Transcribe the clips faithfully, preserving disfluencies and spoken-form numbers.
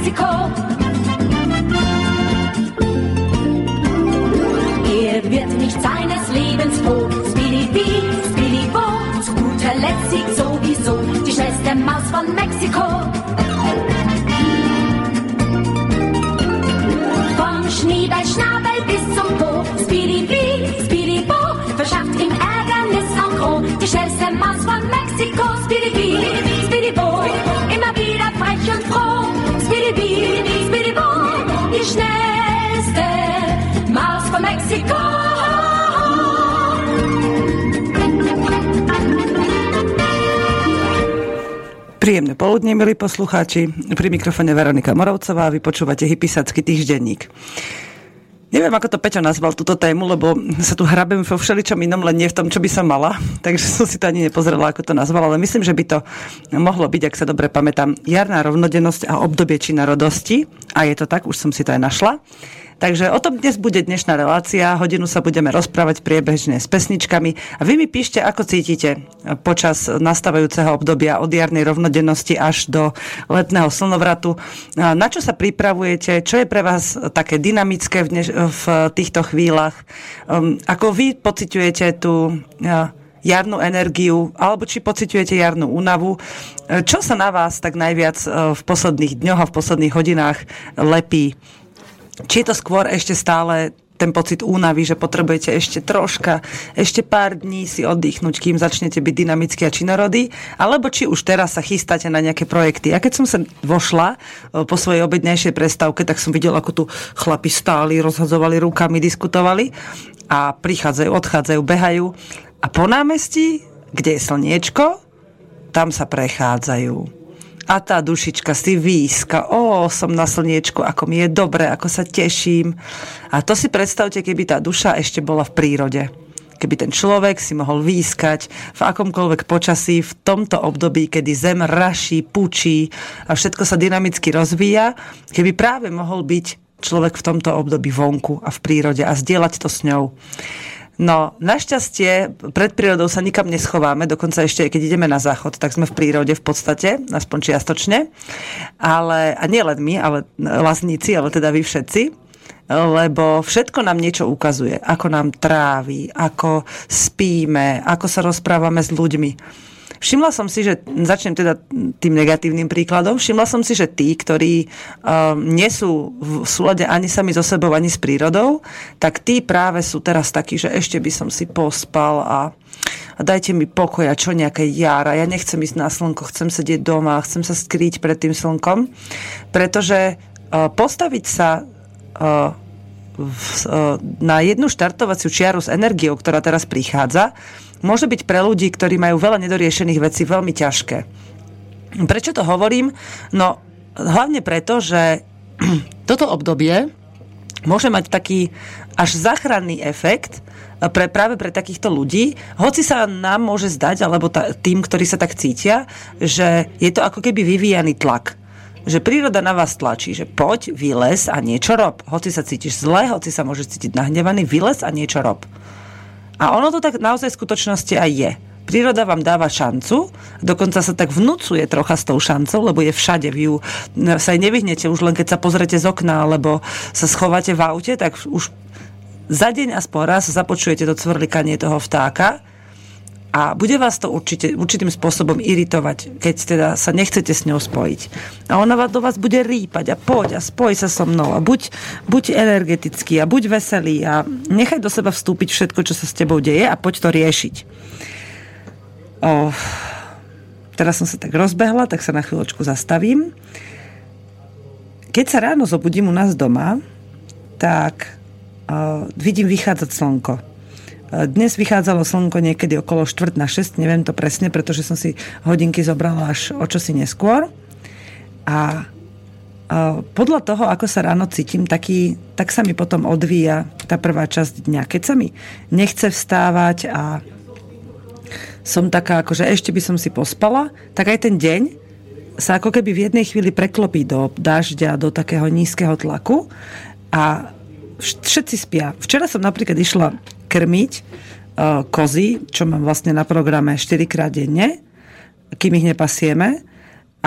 Mexiko. Er wird nicht seines Lebens froh. Speedy Bee, Speedy Bo, zu guter Letzt siegt sowieso die schnellste Maus von Mexiko. Vom Schniebelschnabel bis zum Po, Speedy Bee, Speedy Bo, verschafft ihm Ärgernis en gros. Die schnellste Maus von Mexiko, Speedy Bee, Speedy Bo, immer wieder frech und froh. Speedy Bee, Speedy Bo, die schnellste Maus von Mexiko. Príjemné poludne, milí poslucháči. Pri mikrofóne Veronika Moravcová, vy počúvate Hypisacký týždenník. Neviem, ako to Peťo nazval túto tému, lebo sa tu hrabem vo všeličom inom, len nie v tom, čo by som mala. Takže som si to ani nepozrela, ako to nazval, ale myslím, že by to mohlo byť, ak sa dobre pamätám, jarná rovnodennosť a obdobie činorodnosti. A je to tak, už som si to aj našla. Takže o tom dnes bude dnešná relácia. Hodinu sa budeme rozprávať priebežne s pesničkami. A vy mi píšte, ako cítite počas nastávajúceho obdobia od jarnej rovnodennosti až do letného slnovratu. Na čo sa pripravujete? Čo je pre vás také dynamické v, dneš- v týchto chvíľach? Um, ako vy pociťujete tú uh, jarnú energiu, alebo či pociťujete jarnú únavu? Čo sa na vás tak najviac uh, v posledných dňoch a v posledných hodinách lepí? Či je to skôr ešte stále ten pocit únavy, že potrebujete ešte troška, ešte pár dní si oddychnúť, kým začnete byť dynamickí a činorodí, alebo či už teraz sa chystáte na nejaké projekty. A keď som sa vošla po svojej obednejšej prestávke, tak som videla, ako tu chlapi stáli, rozhadzovali rukami, diskutovali a prichádzajú, odchádzajú, behajú. A po námestí, kde je slniečko, tam sa prechádzajú. A tá dušička si výska, ó, som na slniečku, ako mi je dobre, ako sa teším. A to si predstavte, keby tá duša ešte bola v prírode. Keby ten človek si mohol výskať v akomkoľvek počasí, v tomto období, kedy zem raší, pučí a všetko sa dynamicky rozvíja, keby práve mohol byť človek v tomto období vonku a v prírode a zdieľať to s ňou. No, našťastie pred prírodou sa nikam neschováme, dokonca ešte keď ideme na záchod, tak sme v prírode v podstate, aspoň čiastočne. Ale, a nie len my, ale lazníci, ale teda vy všetci, lebo všetko nám niečo ukazuje, ako nám trávi, ako spíme, ako sa rozprávame s ľuďmi. Všimla som si, že začnem teda tým negatívnym príkladom, všimla som si, že tí, ktorí um, nie sú v súlade ani sami so sebou, ani s prírodou, tak tí práve sú teraz takí, že ešte by som si pospal a, a dajte mi pokoja, čo nejaké jara, ja nechcem ísť na slnko, chcem sedieť doma, chcem sa skryť pred tým slnkom, pretože uh, postaviť sa uh, v, uh, na jednu štartovaciu čiaru s energiou, ktorá teraz prichádza, môže byť pre ľudí, ktorí majú veľa nedoriešených vecí, veľmi ťažké. Prečo to hovorím? No, hlavne preto, že toto obdobie môže mať taký až záchranný efekt pre, práve pre takýchto ľudí, hoci sa nám môže zdať, alebo tá, tým, ktorí sa tak cítia, že je to ako keby vyvíjaný tlak. Že príroda na vás tlačí, že poď, vylez a niečo rob. Hoci sa cítiš zle, hoci sa môžeš cítiť nahnevaný, vylez a niečo rob. A ono to tak naozaj v skutočnosti aj je. Príroda vám dáva šancu, dokonca sa tak vnúcuje trocha s tou šancou, lebo je všade. Vy ju sa aj nevyhnete už len keď sa pozrete z okna, alebo sa schováte v aute, tak už za deň aspoň raz započujete to cvrlikanie toho vtáka a bude vás to určite, určitým spôsobom iritovať, keď teda sa nechcete s ňou spojiť. A ona do vás bude rýpať a poď a spoj sa so mnou a buď, buď energetický a buď veselý a nechaj do seba vstúpiť všetko, čo sa s tebou deje a poď to riešiť. O, teraz som sa tak rozbehla, tak sa na chvíľočku zastavím. Keď sa ráno zobudím u nás doma, tak o, vidím vychádzať slnko. Dnes vychádzalo slnko niekedy okolo štvrť na šesť, neviem to presne, pretože som si hodinky zobrala až o čosi neskôr. A podľa toho, ako sa ráno cítim, taký, tak sa mi potom odvíja tá prvá časť dňa. Keď sa mi nechce vstávať a som taká, akože ešte by som si pospala, tak aj ten deň sa ako keby v jednej chvíli preklopí do dažďa, do takého nízkeho tlaku a všetci spia. Včera som napríklad išla krmiť uh, kozy, čo mám vlastne na programe štyrikrát denne, kým ich nepasieme. A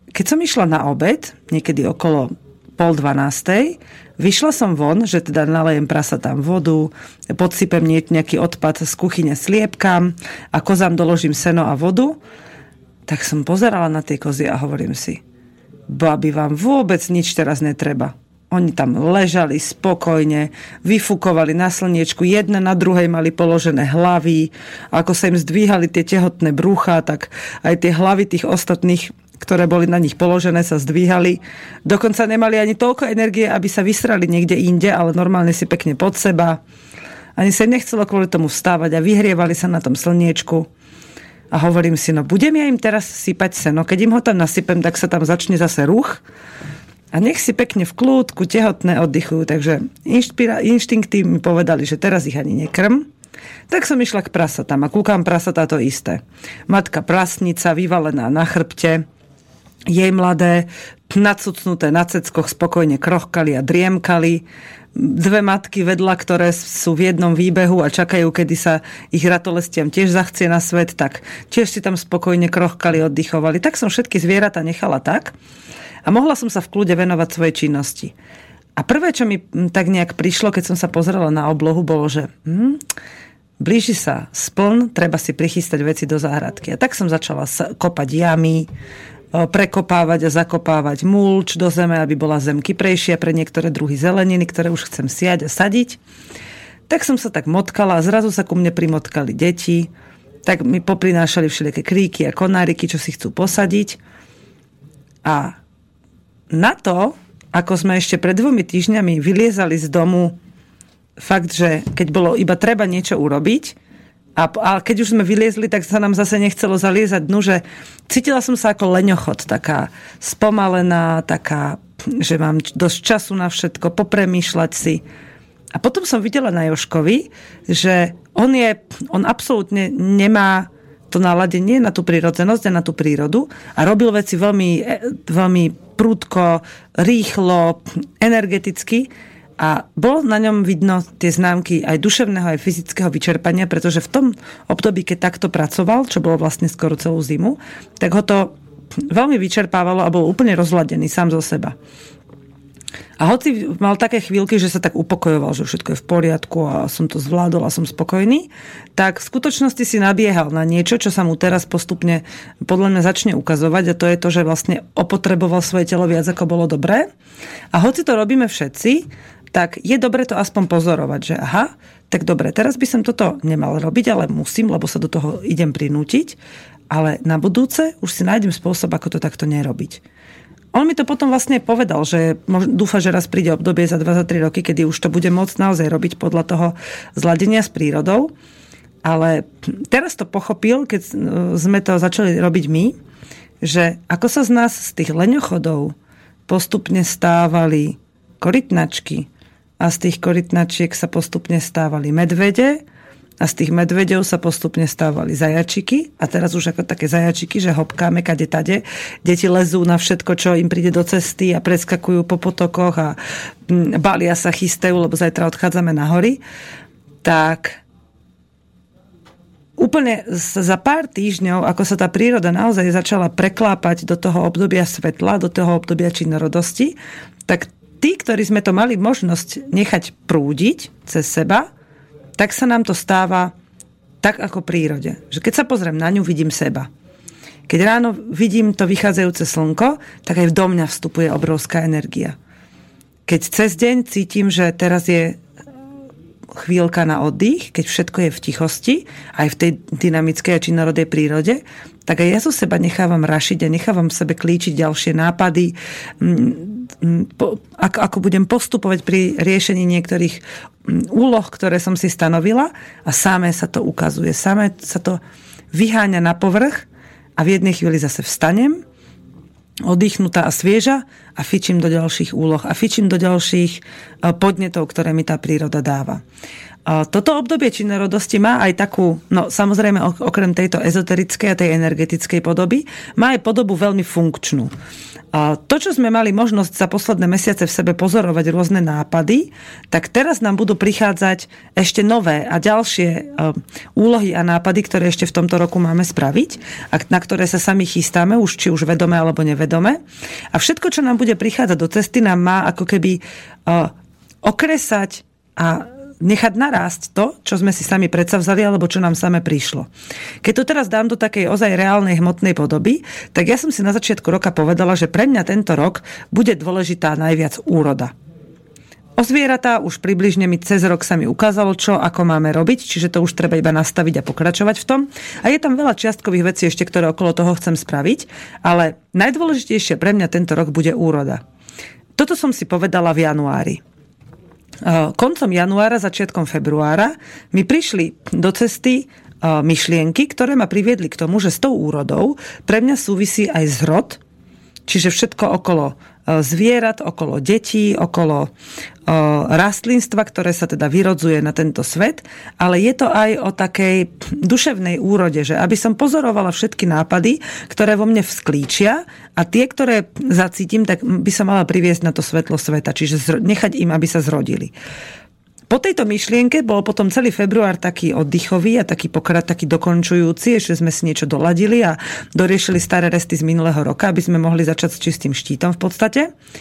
keď som išla na obed, niekedy okolo pol dvanástej, vyšla som von, že teda nalejem prasatám vodu, podsypem nejaký odpad z kuchyne, sliepkam a kozám doložím seno a vodu, tak som pozerala na tie kozy a hovorím si, babi, vám vôbec nič teraz netreba. Oni tam ležali spokojne, vyfúkovali na slniečku, jedna na druhej mali položené hlavy, ako sa im zdvíhali tie tehotné brúcha, tak aj tie hlavy tých ostatných, ktoré boli na nich položené, sa zdvíhali. Dokonca nemali ani toľko energie, aby sa vysrali niekde inde, ale normálne si pekne pod seba. Ani sa nechcelo kvôli tomu vstávať a vyhrievali sa na tom slniečku. A hovorím si, no budem ja im teraz sypať seno. Keď im ho tam nasypem, tak sa tam začne zase ruch. A nech si pekne v kľúdku tehotné oddychujú. Takže inšpira- inštinkty mi povedali, že teraz ich ani nekrm. Tak som išla k prasatám a kúkam prasatá to isté. Matka prasnica, vyvalená na chrbte, jej mladé, nacucnuté na ceckoch, spokojne krochkali a driemkali. Dve matky vedľa, ktoré sú v jednom výbehu a čakajú, kedy sa ich ratolestiam tiež zachcie na svet, tak tiež si tam spokojne krochkali, oddychovali. Tak som všetky zvieratá nechala tak a mohla som sa v kľude venovať svojej činnosti. A prvé, čo mi tak nejak prišlo, keď som sa pozrela na oblohu, bolo, že hm, blíži sa spln, treba si prichystať veci do záhradky. A tak som začala kopať jamy, prekopávať a zakopávať mulč do zeme, aby bola zem kyprejšia pre niektoré druhy zeleniny, ktoré už chcem siať a sadiť. Tak som sa tak motkala a zrazu sa ku mne primotkali deti, tak mi poprinášali všelijaké kríky a konáriky, čo si chcú posadiť. A na to, ako sme ešte pred dvomi týždňami vyliezali z domu, fakt, že keď bolo iba treba niečo urobiť, a, a keď už sme vyliezli, tak sa nám zase nechcelo zaliezať dnu, že cítila som sa ako leňochod, taká spomalená, taká, že mám dosť času na všetko, popremýšľať si. A potom som videla na Jožkovi, že on je, on absolútne nemá to naladenie na tú prírodzenosť a na tú prírodu a robil veci veľmi, veľmi prudko, rýchlo, energeticky. A bolo na ňom vidno tie známky aj duševného, aj fyzického vyčerpania, pretože v tom období, keď takto pracoval, čo bolo vlastne skoro celú zimu, tak ho to veľmi vyčerpávalo a bol úplne rozladený sám zo seba. A hoci mal také chvíľky, že sa tak upokojoval, že všetko je v poriadku a som to zvládol a som spokojný, tak v skutočnosti si nabiehal na niečo, čo sa mu teraz postupne podľa mňa začne ukazovať a to je to, že vlastne opotreboval svoje telo viac, ako bolo dobré. A hoci to robíme všetci, tak je dobre to aspoň pozorovať, že aha, tak dobre, teraz by som toto nemal robiť, ale musím, lebo sa do toho idem prinútiť, ale na budúce už si nájdem spôsob, ako to takto nerobiť. On mi to potom vlastne povedal, že dúfa, že raz príde obdobie za dva za tri roky, kedy už to bude môcť naozaj robiť podľa toho zladenia s prírodou, ale teraz to pochopil, keď sme to začali robiť my, že ako sa z nás z tých leňochodov postupne stávali korytnačky, a z tých korytnačiek sa postupne stávali medvede a z tých medveďov sa postupne stávali zajačiky a teraz už ako také zajačiky, že hopkáme kade tade. Deti lezú na všetko, čo im príde do cesty a preskakujú po potokoch a balia sa, chystajú, lebo zajtra odchádzame na hory. Tak úplne za pár týždňov, ako sa tá príroda naozaj začala preklápať do toho obdobia svetla, do toho obdobia činorodosti, tak tí, ktorí sme to mali možnosť nechať prúdiť cez seba, tak sa nám to stáva tak ako prírode. Že keď sa pozriem na ňu, vidím seba. Keď ráno vidím to vychádzajúce slnko, tak aj do mňa vstupuje obrovská energia. Keď cez deň cítim, že teraz je chvíľka na oddych, keď všetko je v tichosti, aj v tej dynamickej a činorodej prírode, tak aj ja zo seba nechávam rašiť a nechávam v sebe klíčiť ďalšie nápady, ako, ako budem postupovať pri riešení niektorých úloh, ktoré som si stanovila a samé sa to ukazuje. Samé sa to vyháňa na povrch a v jednej chvíli zase vstanem, oddychnutá a svieža a fičím do ďalších úloh a fičím do ďalších podnetov, ktoré mi tá príroda dáva. Toto obdobie činorodosti má aj takú, no samozrejme okrem tejto ezoterickej a tej energetickej podoby, má aj podobu veľmi funkčnú. To, čo sme mali možnosť za posledné mesiace v sebe pozorovať rôzne nápady, tak teraz nám budú prichádzať ešte nové a ďalšie úlohy a nápady, ktoré ešte v tomto roku máme spraviť a na ktoré sa sami chystáme, už či už vedome alebo nevedome. A všetko, čo nám bude prichádzať do cesty, nám má ako keby okresať a nechať narásť to, čo sme si sami predsavzali, alebo čo nám same prišlo. Keď to teraz dám do takej ozaj reálnej hmotnej podoby, tak ja som si na začiatku roka povedala, že pre mňa tento rok bude dôležitá najviac úroda. O zvieratá už približne mi cez rok sa mi ukázalo, čo ako máme robiť, čiže to už treba iba nastaviť a pokračovať v tom. A je tam veľa čiastkových vecí ešte, ktoré okolo toho chcem spraviť, ale najdôležitejšie pre mňa tento rok bude úroda. Toto som si povedala v januári. Koncom januára, začiatkom februára mi prišli do cesty myšlienky, ktoré ma priviedli k tomu, že s tou úrodou pre mňa súvisí aj zrod, čiže všetko okolo zvierat, okolo detí, okolo rastlinstva, ktoré sa teda vyrodzuje na tento svet, ale je to aj o takej duševnej úrode, že aby som pozorovala všetky nápady, ktoré vo mne vzklíčia a tie, ktoré zacítim, tak by som mala priviesť na to svetlo sveta, čiže nechať im, aby sa zrodili. Po tejto myšlienke bol potom celý február taký oddychový a taký pokrat, taký dokončujúci, ešte sme si niečo doladili a doriešili staré resty z minulého roka, aby sme mohli začať s čistým štítom v podstate.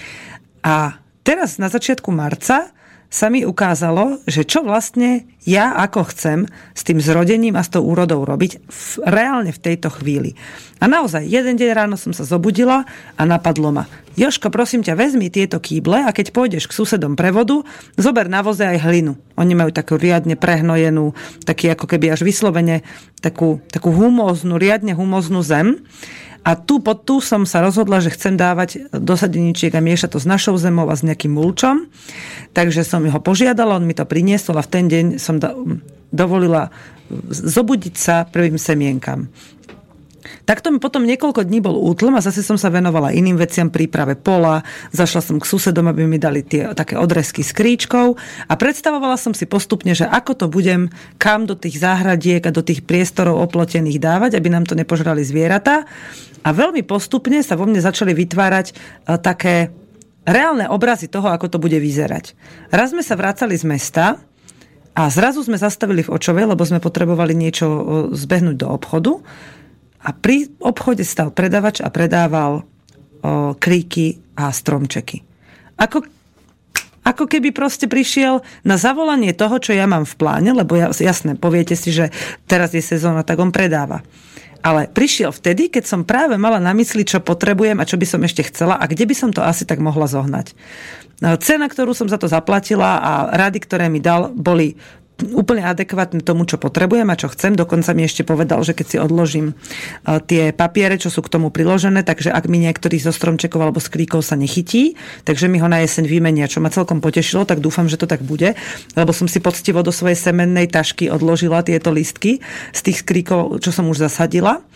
A teraz na začiatku marca sa mi ukázalo, že čo vlastne ja ako chcem s tým zrodením a s tou úrodou robiť v, reálne v tejto chvíli. A naozaj, jeden deň ráno som sa zobudila a napadlo ma: Jožko, prosím ťa, vezmi tieto kýble a keď pôjdeš k susedom pre vodu, zober na voze aj hlinu. Oni majú takú riadne prehnojenú, taký ako keby až vyslovene takú, takú humóznu, riadne humóznu zem. A tu pod tu som sa rozhodla, že chcem dávať do sadeničiek a miešať to s našou zemou a s nejakým mulčom. Takže som ho požiadala, on mi to priniesol a v ten deň som dovolila zobudiť sa prvým semienkam. Takto mi potom niekoľko dní bol útlm a zase som sa venovala iným veciam, príprave pola, zašla som k susedom, aby mi dali tie také odrezky s kríčkou a predstavovala som si postupne, že ako to budem kam do tých záhradiek a do tých priestorov oplotených dávať, aby nám to nepožrali zvieratá. A veľmi postupne sa vo mne začali vytvárať také reálne obrazy toho, ako to bude vyzerať. Raz sme sa vracali z mesta a zrazu sme zastavili v Očove, lebo sme potrebovali niečo zbehnúť do obchodu. A pri obchode stal predavač a predával o, kríky a stromčeky. Ako, ako keby proste prišiel na zavolanie toho, čo ja mám v pláne, lebo jasné, poviete si, že teraz je sezóna, tak on predáva. Ale prišiel vtedy, keď som práve mala na mysli, čo potrebujem a čo by som ešte chcela a kde by som to asi tak mohla zohnať. Cena, ktorú som za to zaplatila a rady, ktoré mi dal, boli úplne adekvátne tomu, čo potrebujem a čo chcem. Dokonca mi ešte povedal, že keď si odložím tie papiere, čo sú k tomu priložené, takže ak mi niektorý zo stromčekov alebo z kríkov sa nechytí, takže mi ho na jeseň vymenia, čo ma celkom potešilo, tak dúfam, že to tak bude, lebo som si poctivo do svojej semennej tašky odložila tieto listky z tých kríkov, čo som už zasadila.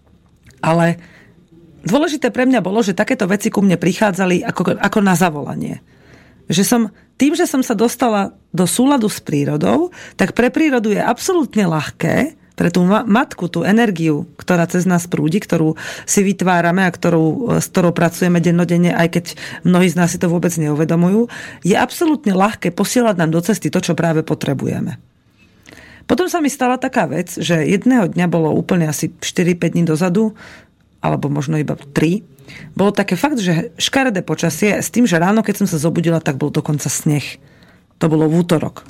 Ale dôležité pre mňa bolo, že takéto veci ku mne prichádzali ako, ako na zavolanie. Že som, tým, že som sa dostala do súladu s prírodou, tak pre prírodu je absolútne ľahké, pre tú matku, tú energiu, ktorá cez nás prúdi, ktorú si vytvárame a ktorú, s ktorou pracujeme dennodenne, aj keď mnohí z nás si to vôbec neuvedomujú, je absolútne ľahké posielať nám do cesty to, čo práve potrebujeme. Potom sa mi stala taká vec, že jedného dňa bolo úplne asi štyri päť dní dozadu, alebo možno iba tri, bolo také fakt, že škaredé počasie s tým, že ráno, keď som sa zobudila, tak bol dokonca sneh. To bolo v útorok.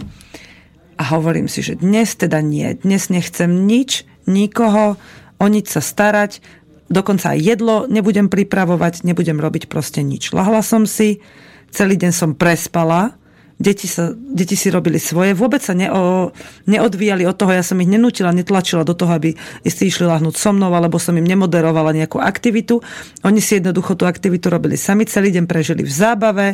A hovorím si, že dnes teda nie. Dnes nechcem nič, nikoho, o nič sa starať, dokonca aj jedlo nebudem pripravovať, nebudem robiť proste nič. Lahla som si, celý deň som prespala, Deti, sa, deti si robili svoje, vôbec sa neo, neodvíjali od toho, ja som ich nenútila, netlačila do toho, aby si išli lahnúť so mnou, alebo som im nemoderovala nejakú aktivitu. Oni si jednoducho tú aktivitu robili sami, celý deň prežili v zábave,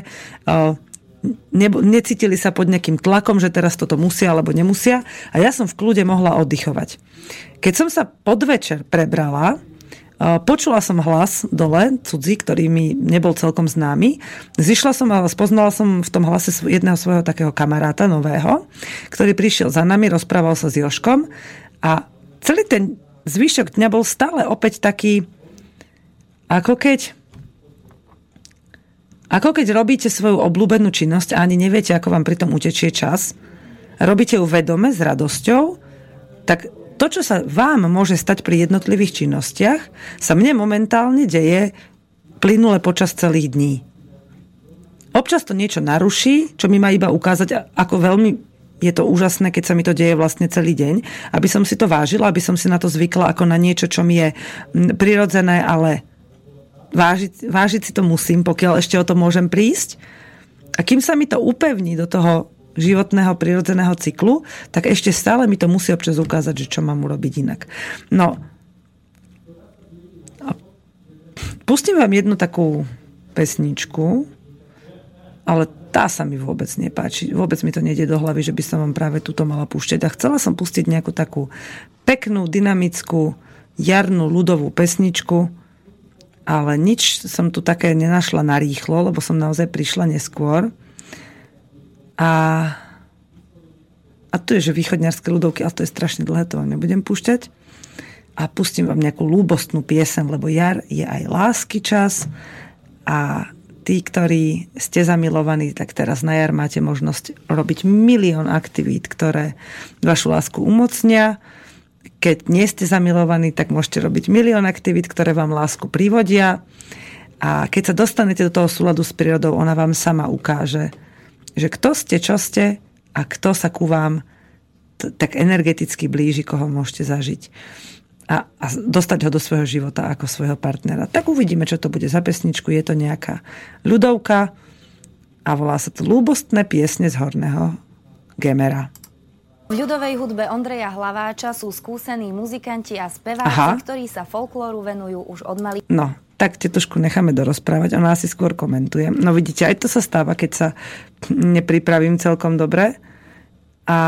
ne, necítili sa pod nejakým tlakom, že teraz toto musia alebo nemusia a ja som v kľude mohla oddychovať. Keď som sa podvečer prebrala Počula som hlas dole, cudzí, ktorý mi nebol celkom známy. Zišla som a spoznala som v tom hlase jedného svojho takého kamaráta nového, ktorý prišiel za nami, rozprával sa s Jožkom a celý ten zvyšok dňa bol stále opäť taký, ako keď ako keď robíte svoju obľúbenú činnosť a ani neviete, ako vám pritom utečie čas, robíte ju vedome, s radosťou, tak to, čo sa vám môže stať pri jednotlivých činnostiach, sa mne momentálne deje plynule počas celých dní. Občas to niečo naruší, čo mi má iba ukázať, ako veľmi je to úžasné, keď sa mi to deje vlastne celý deň, aby som si to vážila, aby som si na to zvykla ako na niečo, čo mi je prirodzené, ale vážiť, vážiť si to musím, pokiaľ ešte o to môžem prísť. A kým sa mi to upevní do toho životného, prirodzeného cyklu, tak ešte stále mi to musí občas ukázať, že čo mám urobiť inak. No, pustím vám jednu takú pesničku, ale tá sa mi vôbec nepáči. Vôbec mi to nejde do hlavy, že by som vám práve túto mala púšťať. A chcela som pustiť nejakú takú peknú, dynamickú, jarnú, ľudovú pesničku, ale nič som tu také nenašla narýchlo, lebo som naozaj prišla neskôr. A, a tu je, že východňarské ľudovky, ale to je strašne dlhé, to vám nebudem púšťať. A pustím vám nejakú ľúbostnú piesem, lebo jar je aj lásky čas a tí, ktorí ste zamilovaní, tak teraz na jar máte možnosť robiť milión aktivít, ktoré vašu lásku umocnia. Keď nie ste zamilovaní, tak môžete robiť milión aktivít, ktoré vám lásku privodia. A keď sa dostanete do toho súladu s prírodou, ona vám sama ukáže, že kto ste, čo ste a kto sa ku vám t- tak energeticky blíži, koho môžete zažiť. A, a dostať ho do svojho života ako svojho partnera. Tak uvidíme, čo to bude za pesničku. Je to nejaká ľudovka a volá sa to Ľúbostné piesne z Horného Gemera. V ľudovej hudbe Ondreja Hlaváča sú skúsení muzikanti a speváci, Aha. ktorí sa folklóru venujú už od malých. No, tak trošku necháme dorozprávať. Ona asi skôr komentuje. No vidíte, aj to sa stáva, keď sa nepripravím celkom dobre. A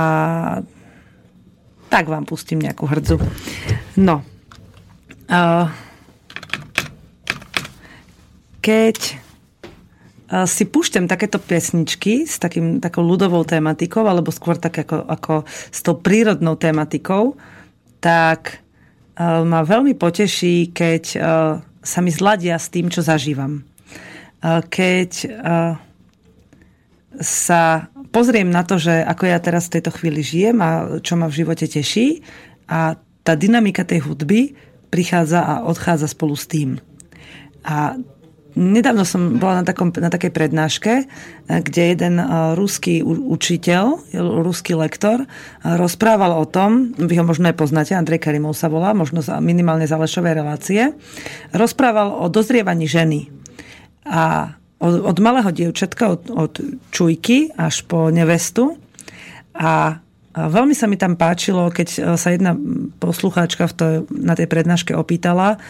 tak vám pustím nejakú hrdzu. No. Uh, keď uh, si púšťam takéto piesničky s takým, takou ľudovou tematikou, alebo skôr tak ako, ako s tou prírodnou tematikou, tak uh, ma veľmi poteší, keď uh, sa mi zladia s tým, čo zažívam. Uh, keď uh, sa pozriem na to, že ako ja teraz v tejto chvíli žijem a čo ma v živote teší a tá dynamika tej hudby prichádza a odchádza spolu s tým. A nedávno som bola na, takom, na takej prednáške, kde jeden ruský učiteľ, ruský lektor rozprával o tom, vy ho možno aj poznáte, Andrej Karimov sa volá, možno minimálne z Alešovej relácie, rozprával o dozrievaní ženy. A od, od malého dievčatka, od, od čujky až po nevestu. A veľmi sa mi tam páčilo, keď sa jedna poslucháčka v to, na tej prednáške opýtala,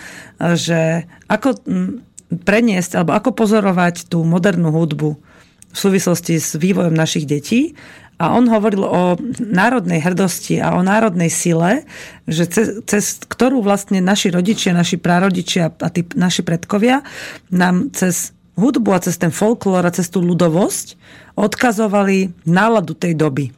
že ako preniesť, alebo ako pozorovať tú modernú hudbu v súvislosti s vývojom našich detí. A on hovoril o národnej hrdosti a o národnej sile, že cez, cez ktorú vlastne naši rodičia, naši prarodičia a tí naši predkovia nám cez hudbu a cez ten folklór a cez tú ľudovosť odkazovali náladu tej doby.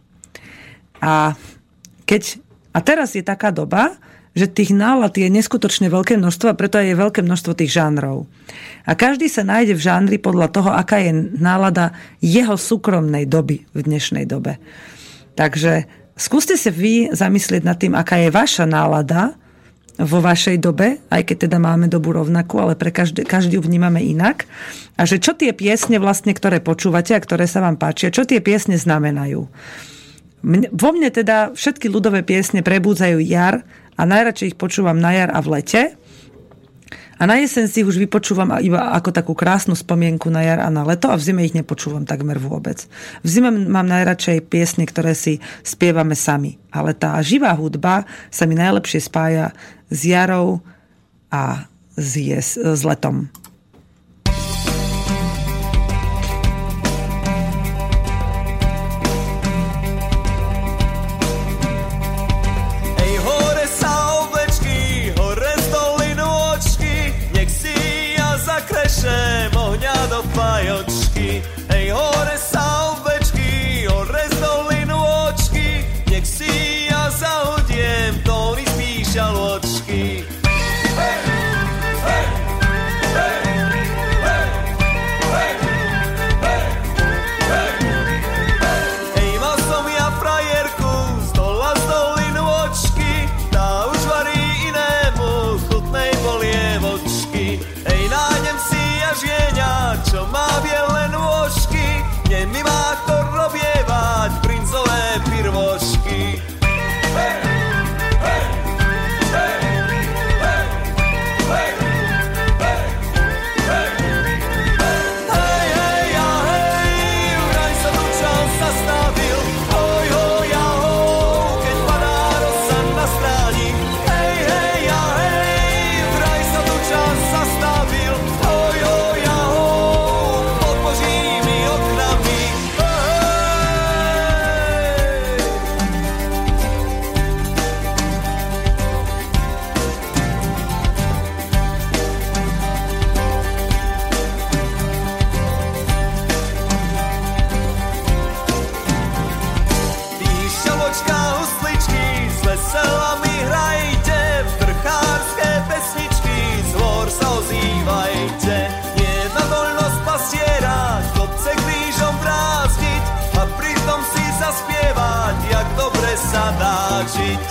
A, keď, a teraz je taká doba, že tých nálad je neskutočne veľké množstvo a preto je veľké množstvo tých žánrov. A každý sa nájde v žánri podľa toho, aká je nálada jeho súkromnej doby v dnešnej dobe. Takže skúste sa vy zamyslieť nad tým, aká je vaša nálada vo vašej dobe, aj keď teda máme dobu rovnakú, ale pre každý, každý ju vnímame inak. A že čo tie piesne vlastne, ktoré počúvate a ktoré sa vám páčia, čo tie piesne znamenajú. Mne, vo mne teda všetky ľudové piesne prebúdzajú jar a najradšej ich počúvam na jar a v lete. A na jeseň si už vypočúvam iba ako takú krásnu spomienku na jar a na leto a v zime ich nepočúvam takmer vôbec. V zime mám najradšej piesne, ktoré si spievame sami. Ale tá živá hudba sa mi najlepšie spája s jarou a s, jes, s letom. Ej, hore sa oblečky, hore z dolinu očky. patřit.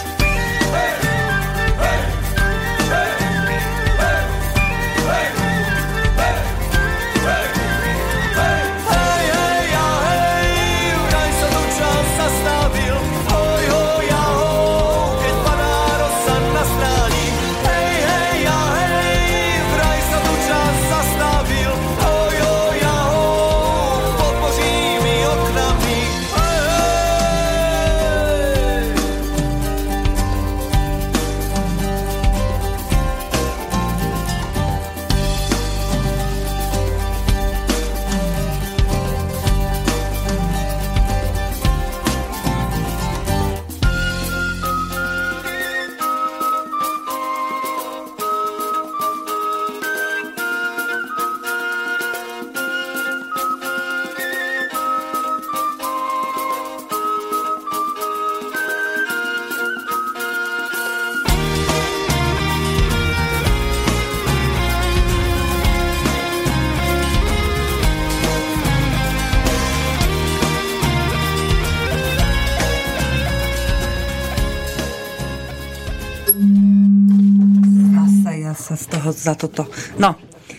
Z toho, za toto. No,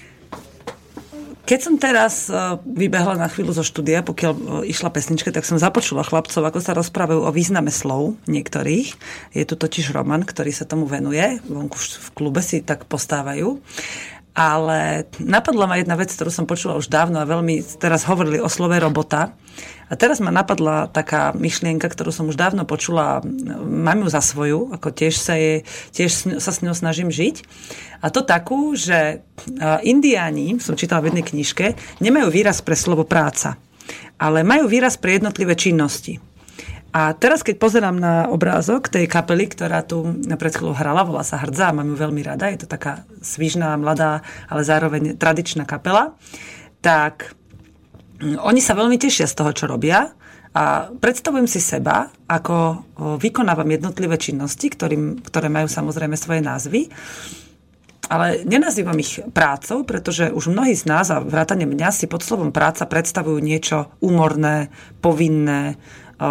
keď som teraz uh, vybehla na chvíľu zo štúdia, pokiaľ uh, išla pesnička, tak som započula chlapcov, ako sa rozprávajú o význame slov niektorých. Je tu totiž Roman, ktorý sa tomu venuje. Vonku v klube si tak postávajú. Ale napadla ma jedna vec, ktorú som počula už dávno a veľmi teraz hovorili o slove robota. A teraz ma napadla taká myšlienka, ktorú som už dávno počula, mám ju za svoju, ako tiež sa, je, tiež sa s ňou snažím žiť. A to takú, že Indiáni, som čítala v jednej knižke, nemajú výraz pre slovo práca, ale majú výraz pre jednotlivé činnosti. A teraz, keď pozerám na obrázok tej kapely, ktorá tu pred chvíľou hrala, volá sa Hrdza a mám ju veľmi rada, je to taká svižná, mladá, ale zároveň tradičná kapela, tak oni sa veľmi tešia z toho, čo robia a predstavujem si seba, ako vykonávam jednotlivé činnosti, ktorým, ktoré majú samozrejme svoje názvy, ale nenazývam ich prácou, pretože už mnohí z nás, a vrátane mňa, si pod slovom práca predstavujú niečo úmorné, povinné,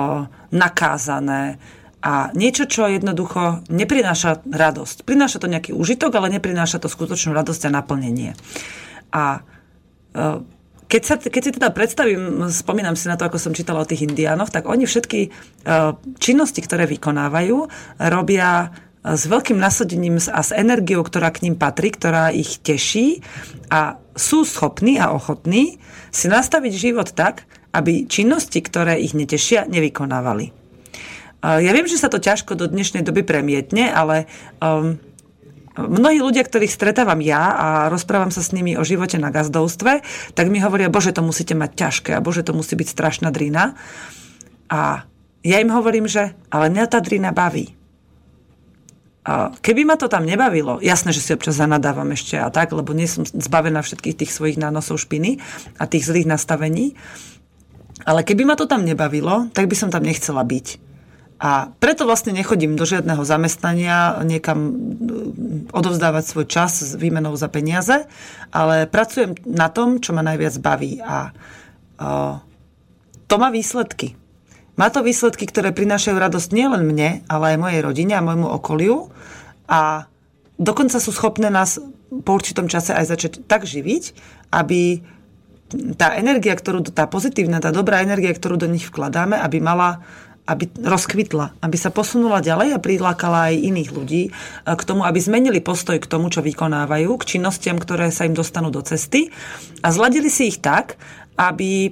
nakázané a niečo, čo jednoducho neprináša radosť. Prináša to nejaký užitok, ale neprináša to skutočnú radosť a naplnenie. A keď, sa, keď si teda predstavím, spomínam si na to, ako som čítala o tých Indiánoch, tak oni všetky činnosti, ktoré vykonávajú, robia s veľkým nasadením a s energiou, ktorá k ním patrí, ktorá ich teší a sú schopní a ochotní si nastaviť život tak, aby činnosti, ktoré ich netešia, nevykonávali. Ja viem, že sa to ťažko do dnešnej doby premietne, ale um, mnohí ľudia, ktorých stretávam ja a rozprávam sa s nimi o živote na gazdovstve, tak mi hovoria, bože, to musíte mať ťažké a bože, to musí byť strašná drina. A ja im hovorím, že ale mňa tá drina baví. A keby ma to tam nebavilo, jasné, že si občas zanadávam ešte a tak, lebo nie som zbavená všetkých tých svojich nánosov špiny a tých zlých nastavení, ale keby ma to tam nebavilo, tak by som tam nechcela byť. A preto vlastne nechodím do žiadneho zamestnania, niekam odovzdávať svoj čas s výmenou za peniaze, ale pracujem na tom, čo ma najviac baví. A o, to má výsledky. Má to výsledky, ktoré prinášajú radosť nielen mne, ale aj mojej rodine a môjmu okoliu. A dokonca sú schopné nás po určitom čase aj začať tak živiť, aby tá energia, ktorú, tá pozitívna, tá dobrá energia, ktorú do nich vkladáme, aby mala aby rozkvitla, aby sa posunula ďalej a prilákala aj iných ľudí k tomu, aby zmenili postoj k tomu, čo vykonávajú, k činnostiam, ktoré sa im dostanú do cesty a zladili si ich tak, aby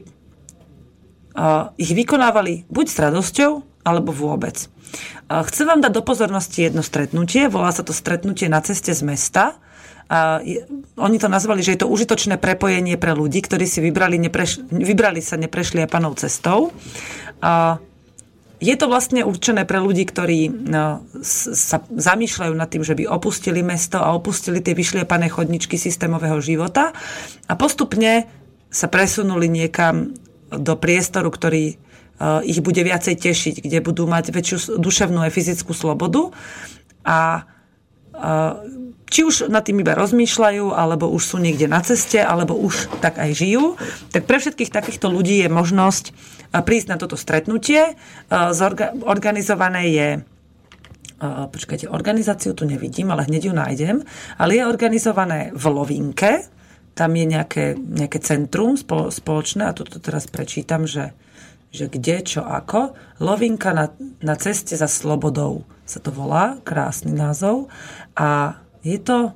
ich vykonávali buď s radosťou, alebo vôbec. Chcem vám dať do pozornosti jedno stretnutie, volá sa to stretnutie na ceste z mesta. A oni to nazvali, že je to užitočné prepojenie pre ľudí, ktorí si vybrali, nepreš- vybrali sa neprešliapanou cestou. A je to vlastne určené pre ľudí, ktorí no, sa zamýšľajú nad tým, že by opustili mesto a opustili tie vyšliepané chodničky systémového života a postupne sa presunuli niekam do priestoru, ktorý uh, ich bude viacej tešiť, kde budú mať väčšiu duševnú a fyzickú slobodu a uh, či už nad tým iba rozmýšľajú, alebo už sú niekde na ceste, alebo už tak aj žijú, tak pre všetkých takýchto ľudí je možnosť prísť na toto stretnutie. Zorganizované je uh, počkajte, organizáciu tu nevidím, ale hneď ju nájdem, ale je organizované v Lovinke, tam je nejaké, nejaké centrum spoločné a toto teraz prečítam, že, že kde, čo, ako. Lovinka na, na ceste za slobodou sa to volá, krásny názov. A je to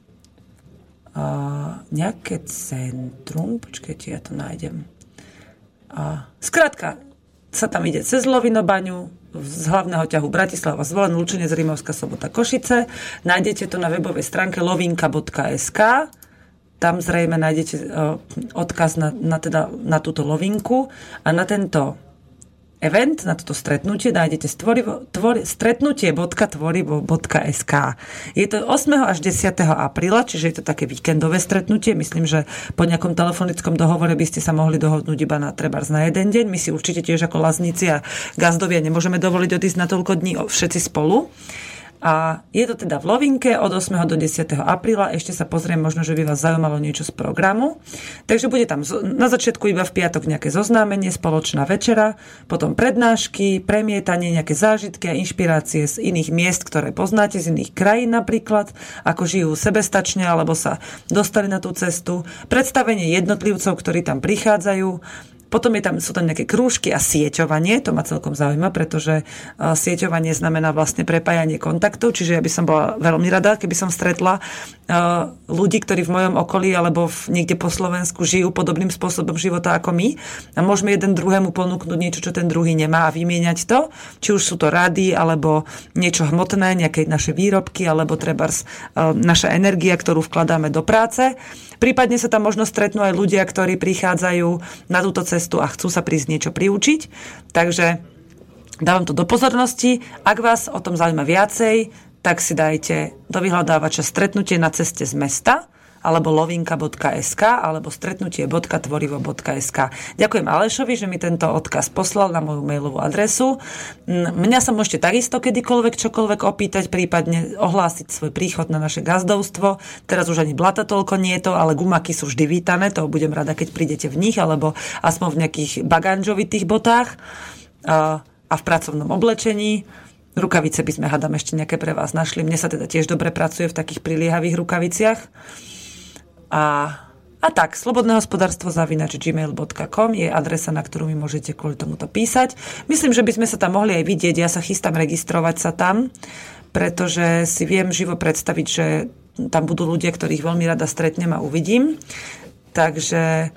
uh, nejaké centrum, počkajte, ja to nájdem. Uh, skrátka, sa tam ide cez Lovinobaňu, z hlavného ťahu Bratislava, Zvolen, Lučenec, Rímavská Sobota, Košice. Nájdete to na webovej stránke lovinka bodka es ká. Tam zrejme nájdete uh, odkaz na, na, teda, na túto lovinku a na tento event, na toto stretnutie nájdete stvorivo, tvori, stretnutie bodka tvorivo bodka es ká. Je to ôsmeho až desiateho apríla, čiže je to také víkendové stretnutie. Myslím, že po nejakom telefonickom dohovore by ste sa mohli dohodnúť iba na trebárs na jeden deň. My si určite tiež ako lazníci a gazdovia nemôžeme dovoliť odísť na toľko dní všetci spolu. A je to teda v Lovinke od ôsmeho do desiateho apríla. Ešte sa pozriem, možno, že by vás zaujímalo niečo z programu. Takže bude tam na začiatku iba v piatok nejaké zoznámenie, spoločná večera, potom prednášky, premietanie, nejaké zážitky a inšpirácie z iných miest, ktoré poznáte, z iných krajín napríklad, ako žijú sebestačne, alebo sa dostali na tú cestu, predstavenie jednotlivcov, ktorí tam prichádzajú. Potom je tam, sú tam nejaké krúžky a sieťovanie, to ma celkom zaujíma, pretože uh, sieťovanie znamená vlastne prepájanie kontaktov, čiže ja by som bola veľmi rada, keby som stretla uh, ľudí, ktorí v mojom okolí alebo v, niekde po Slovensku žijú podobným spôsobom života ako my a môžeme jeden druhému ponúknuť niečo, čo ten druhý nemá a vymieňať to, či už sú to rady, alebo niečo hmotné, nejaké naše výrobky, alebo trebárs uh, naša energia, ktorú vkladáme do práce. Prípadne sa tam možno stretnú aj ľudia, ktorí prichádzajú na túto cestu a chcú sa prísť niečo priučiť. Takže dávam to do pozornosti. Ak vás o tom zaujíma viacej, tak si dajte do vyhľadávača stretnutie na ceste z mesta alebo lovinka bodka es ká alebo stretnutie bodka tvorivo bodka es ká. Ďakujem Alešovi, že mi tento odkaz poslal na moju mailovú adresu. Mňa sa môžete takisto kedykoľvek čokoľvek opýtať, prípadne ohlásiť svoj príchod na naše gazdovstvo. Teraz už ani blata toľko nie je to, ale gumaky sú vždy vítané, to budem rada, keď prídete v nich, alebo aspoň v nejakých baganžovitých botách a v pracovnom oblečení. Rukavice by sme, hádam, ešte nejaké pre vás našli. Mne sa teda tiež dobre pracuje v takých priliehavých rukaviciach. A, a tak, slobodnéhospodárstvo zavináč gmail bodka com je adresa, na ktorú mi môžete kvôli tomuto písať. Myslím, že by sme sa tam mohli aj vidieť. Ja sa chystám registrovať sa tam, pretože si viem živo predstaviť, že tam budú ľudia, ktorých veľmi rada stretnem a uvidím. Takže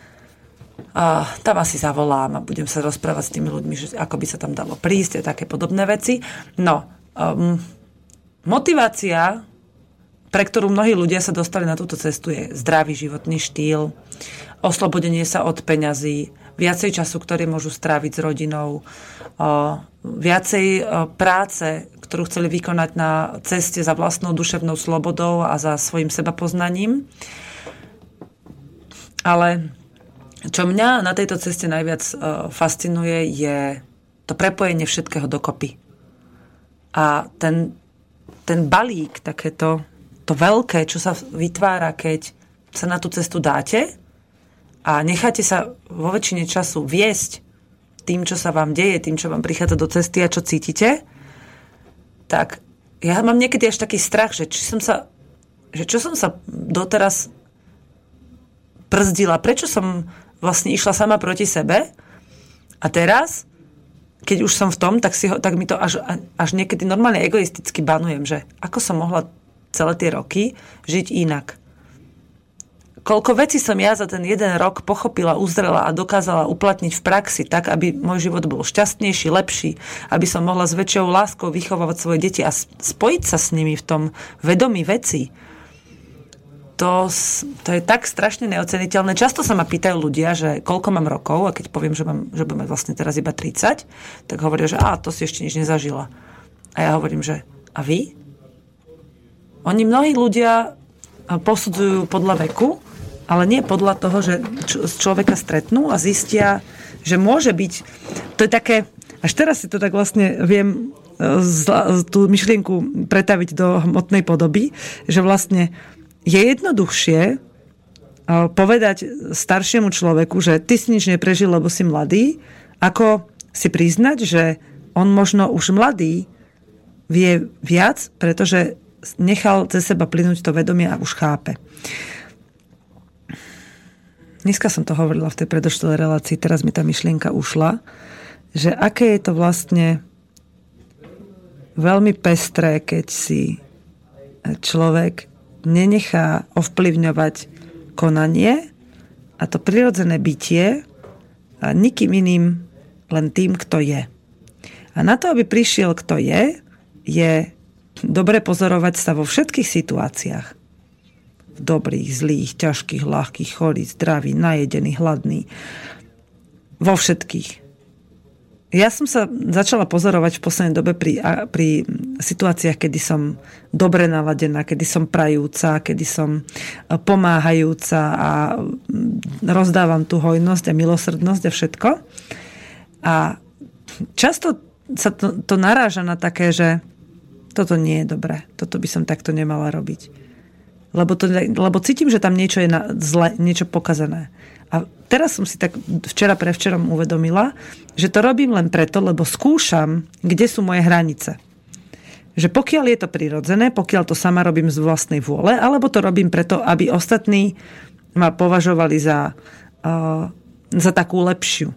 a, tam asi zavolám a budem sa rozprávať s tými ľuďmi, že ako by sa tam dalo prísť a také podobné veci. No, um, motivácia, pre ktorú mnohí ľudia sa dostali na túto cestu, je zdravý životný štýl, oslobodenie sa od peňazí, viacej času, ktoré môžu stráviť s rodinou, viacej práce, ktorú chceli vykonať na ceste za vlastnou duševnou slobodou a za svojim sebapoznaním. Ale čo mňa na tejto ceste najviac fascinuje, je to prepojenie všetkého dokopy. A ten, ten balík, takéto to veľké, čo sa vytvára, keď sa na tú cestu dáte a necháte sa vo väčšine času viesť tým, čo sa vám deje, tým, čo vám prichádza do cesty a čo cítite, tak ja mám niekedy až taký strach, že, či som sa, že čo som sa doteraz brzdila, prečo som vlastne išla sama proti sebe a teraz, keď už som v tom, tak, si ho, tak mi to až, až niekedy normálne egoisticky banujem, že ako som mohla celé tie roky žiť inak. Koľko vecí som ja za ten jeden rok pochopila, uzrela a dokázala uplatniť v praxi tak, aby môj život bol šťastnejší, lepší, aby som mohla s väčšou láskou vychovávať svoje deti a spojiť sa s nimi v tom vedomí veci. To, to je tak strašne neoceniteľné. Často sa ma pýtajú ľudia, že koľko mám rokov, a keď poviem, že, mám, že budem vlastne teraz iba tridsať, tak hovoria, že á, to si ešte nič nezažila. A ja hovorím, že a vy? Oni mnohí ľudia posudzujú podľa veku, ale nie podľa toho, že z človeka stretnú a zistia, že môže byť. To je také, až teraz si to tak vlastne viem tú myšlienku pretaviť do hmotnej podoby, že vlastne je jednoduchšie povedať staršiemu človeku, že ty si nič neprežil, lebo si mladý, ako si priznať, že on možno už mladý vie viac, pretože nechal cez seba plynúť to vedomie a už chápe. Dneska som to hovorila v tej predošlej relácii, teraz mi tá myšlienka ušla, že aké je to vlastne veľmi pestré, keď si človek nenechá ovplyvňovať konanie a to prirodzené bytie a nikým iným, len tým, kto je. A na to, aby prišiel, kto je, je dobre pozorovať sa vo všetkých situáciách. V dobrých, zlých, ťažkých, ľahkých, chorých, zdravý, najedený, hladný. Vo všetkých. Ja som sa začala pozorovať v poslednej dobe pri, pri situáciách, kedy som dobre naladená, kedy som prajúca, kedy som pomáhajúca a rozdávam tú hojnosť a milosrdnosť a všetko. A často sa to, to naráža na také, že toto nie je dobré. Toto by som takto nemala robiť. Lebo, to, lebo cítim, že tam niečo je na zle, niečo pokazané. A teraz som si tak včera prevčerom uvedomila, že to robím len preto, lebo skúšam, kde sú moje hranice. Že pokiaľ je to prirodzené, pokiaľ to sama robím z vlastnej vôle, alebo to robím preto, aby ostatní ma považovali za, uh, za takú lepšiu.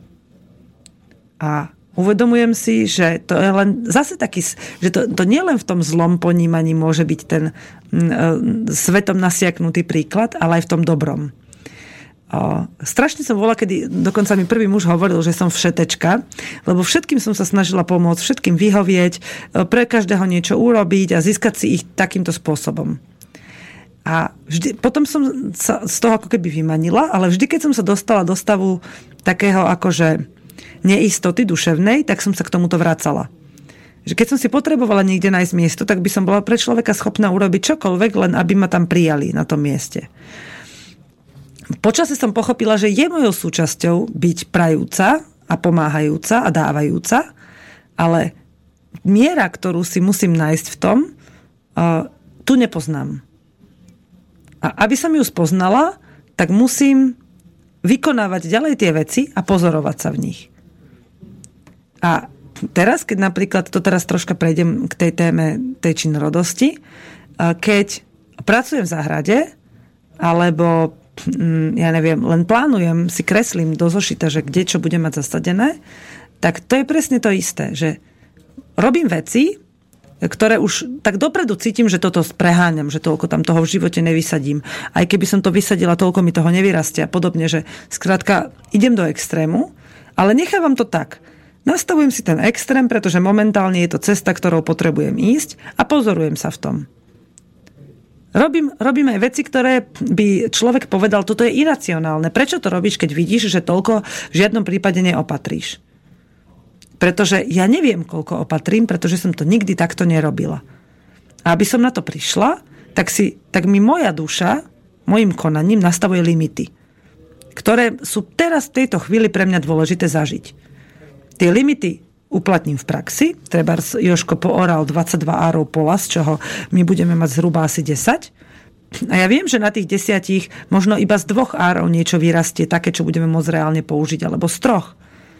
A uvedomujem si, že to je len zase taký, že to, to nie len v tom zlom ponímaní môže byť ten uh, svetom nasiaknutý príklad, ale aj v tom dobrom. O, strašne som bola, kedy dokonca mi prvý muž hovoril, že som všetečka, lebo všetkým som sa snažila pomôcť, všetkým vyhovieť, pre každého niečo urobiť a získať si ich takýmto spôsobom. A vždy, potom som sa z toho ako keby vymanila, ale vždy, keď som sa dostala do stavu takého akože neistoty duševnej, tak som sa k tomuto vracala. Že keď som si potrebovala niekde nájsť miesto, tak by som bola pre človeka schopná urobiť čokoľvek, len aby ma tam prijali na tom mieste. Počasie som pochopila, že je mojou súčasťou byť prajúca a pomáhajúca a dávajúca, ale miera, ktorú si musím nájsť v tom, uh, tu nepoznám. A aby som ju spoznala, tak musím vykonávať ďalej tie veci a pozorovať sa v nich. A teraz, keď napríklad, to teraz troška prejdem k tej téme tej činorodosti, uh, keď pracujem v záhrade, alebo ja neviem, len plánujem, si kreslím do zošita, že kde čo budem mať zasadené, tak to je presne to isté, že robím veci, ktoré už tak dopredu cítim, že toto preháňam, že toľko tam toho v živote nevysadím. Aj keby som to vysadila, toľko mi toho nevyrastie a podobne, že skrátka idem do extrému, ale nechávam to tak. Nastavujem si ten extrém, pretože momentálne je to cesta, ktorou potrebujem ísť a pozorujem sa v tom. Robím, robím aj veci, ktoré by človek povedal, toto je iracionálne. Prečo to robíš, keď vidíš, že toľko v žiadnom prípade neopatríš? Pretože ja neviem, koľko opatrím, pretože som to nikdy takto nerobila. A aby som na to prišla, tak, si, tak mi moja duša, mojim konaním nastavuje limity, ktoré sú teraz v tejto chvíli pre mňa dôležité zažiť. Tie limity uplatním v praxi. Treba Jožko pooral dvadsaťdva árov pola, z čoho my budeme mať zhruba asi desať. A ja viem, že na tých desiatich možno iba z dvoch árov niečo vyrastie také, čo budeme môcť reálne použiť, alebo z troch.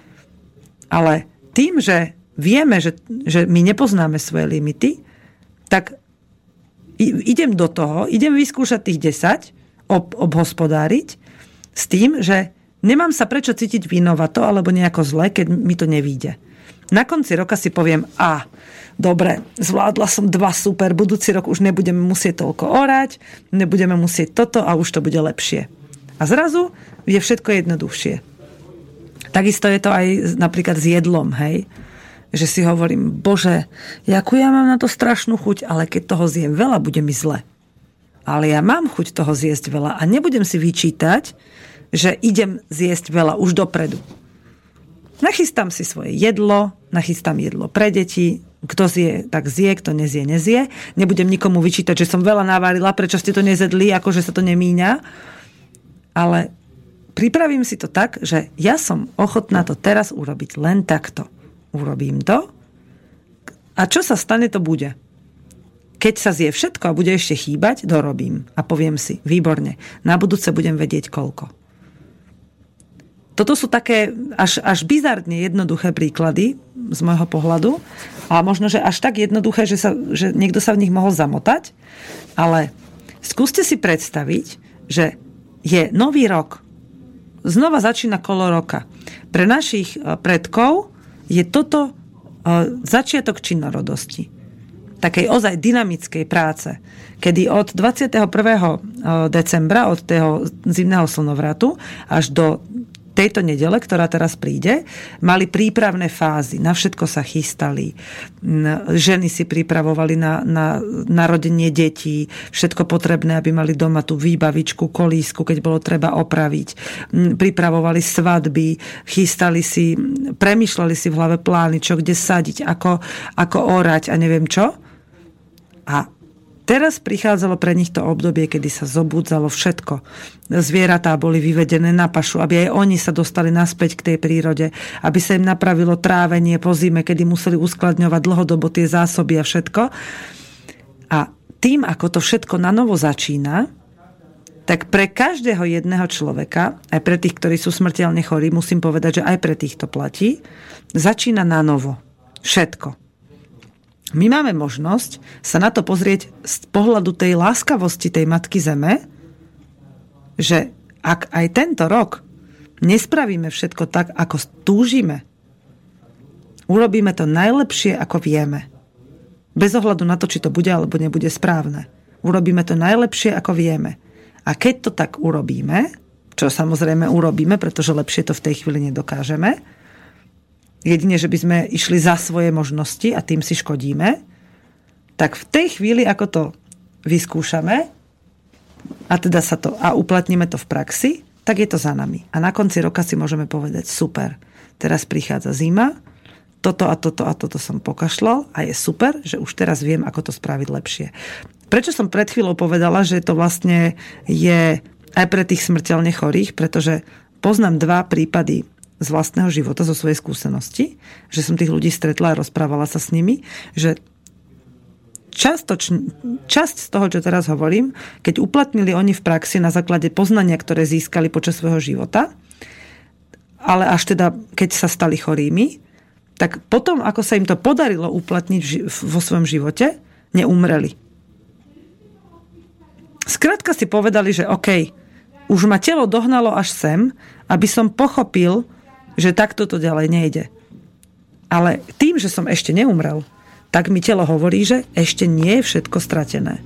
Ale tým, že vieme, že, že my nepoznáme svoje limity, tak idem do toho, idem vyskúšať tých desať, ob, obhospodáriť s tým, že nemám sa prečo cítiť vinovato alebo nejako zle, keď mi to nevíde. Na konci roka si poviem, a dobre, zvládla som dva super, budúci rok už nebudeme musieť toľko orať, nebudeme musieť toto a už to bude lepšie. A zrazu je všetko jednoduchšie. Takisto je to aj napríklad s jedlom, hej? Že si hovorím, bože, jakú ja mám na to strašnú chuť, ale keď toho zjem veľa, bude mi zle. Ale ja mám chuť toho zjesť veľa a nebudem si vyčítať, že idem zjesť veľa už dopredu. Nachystám si svoje jedlo, nachystám jedlo pre deti, kto zje, tak zje, kto nezie, nezie. Nebudem nikomu vyčítať, že som veľa navarila, prečo ste to nezjedli, akože sa to nemíňa. Ale pripravím si to tak, že ja som ochotná to teraz urobiť len takto. Urobím to a čo sa stane, to bude. Keď sa zje všetko a bude ešte chýbať, dorobím a poviem si, výborne, na budúce budem vedieť koľko. Toto sú také až, až bizarne jednoduché príklady z môjho pohľadu. A možno, že až tak jednoduché, že, sa, že niekto sa v nich mohol zamotať. Ale skúste si predstaviť, že je nový rok. Znova začína kolo roka. Pre našich predkov je toto začiatok činorodosti. Takej ozaj dynamickej práce, kedy od dvadsiateho prvého decembra, od toho zimného slnovratu až do tejto nedele, ktorá teraz príde, mali prípravné fázy. Na všetko sa chystali. Ženy si pripravovali na, na narodenie detí. Všetko potrebné, aby mali doma tú výbavičku, kolísku, keď bolo treba opraviť. Pripravovali svadby, chystali si, premýšľali si v hlave plány, čo kde sadiť, ako, ako orať a neviem čo. A teraz prichádzalo pre nich to obdobie, kedy sa zobudzalo všetko. Zvieratá boli vyvedené na pašu, aby aj oni sa dostali naspäť k tej prírode, aby sa im napravilo trávenie po zime, kedy museli uskladňovať dlhodobo tie zásoby a všetko. A tým, ako to všetko na novo začína, tak pre každého jedného človeka, aj pre tých, ktorí sú smrteľne chorí, musím povedať, že aj pre tých to platí, začína na novo. Všetko. My máme možnosť sa na to pozrieť z pohľadu tej láskavosti tej Matky Zeme, že ak aj tento rok nespravíme všetko tak, ako túžime, urobíme to najlepšie, ako vieme. Bez ohľadu na to, či to bude alebo nebude správne. Urobíme to najlepšie, ako vieme. A keď to tak urobíme, čo samozrejme urobíme, pretože lepšie to v tej chvíli nedokážeme, jedine, že by sme išli za svoje možnosti a tým si škodíme, tak v tej chvíli, ako to vyskúšame a teda sa to a uplatníme to v praxi, tak je to za nami. A na konci roka si môžeme povedať, super, teraz prichádza zima, toto a toto a toto som pokašľal a je super, že už teraz viem, ako to spraviť lepšie. Prečo som pred chvíľou povedala, že to vlastne je aj pre tých smrteľne chorých, pretože poznám dva prípady z vlastného života, zo svojej skúsenosti, že som tých ľudí stretla a rozprávala sa s nimi, že častoč, časť z toho, čo teraz hovorím, keď uplatnili oni v praxi na základe poznania, ktoré získali počas svojho života, ale až teda, keď sa stali chorými, tak potom, ako sa im to podarilo uplatniť vo svojom živote, neumreli. Skrátka si povedali, že OK, už ma telo dohnalo až sem, aby som pochopil, že takto to ďalej nejde. Ale tým, že som ešte neumrel, tak mi telo hovorí, že ešte nie je všetko stratené.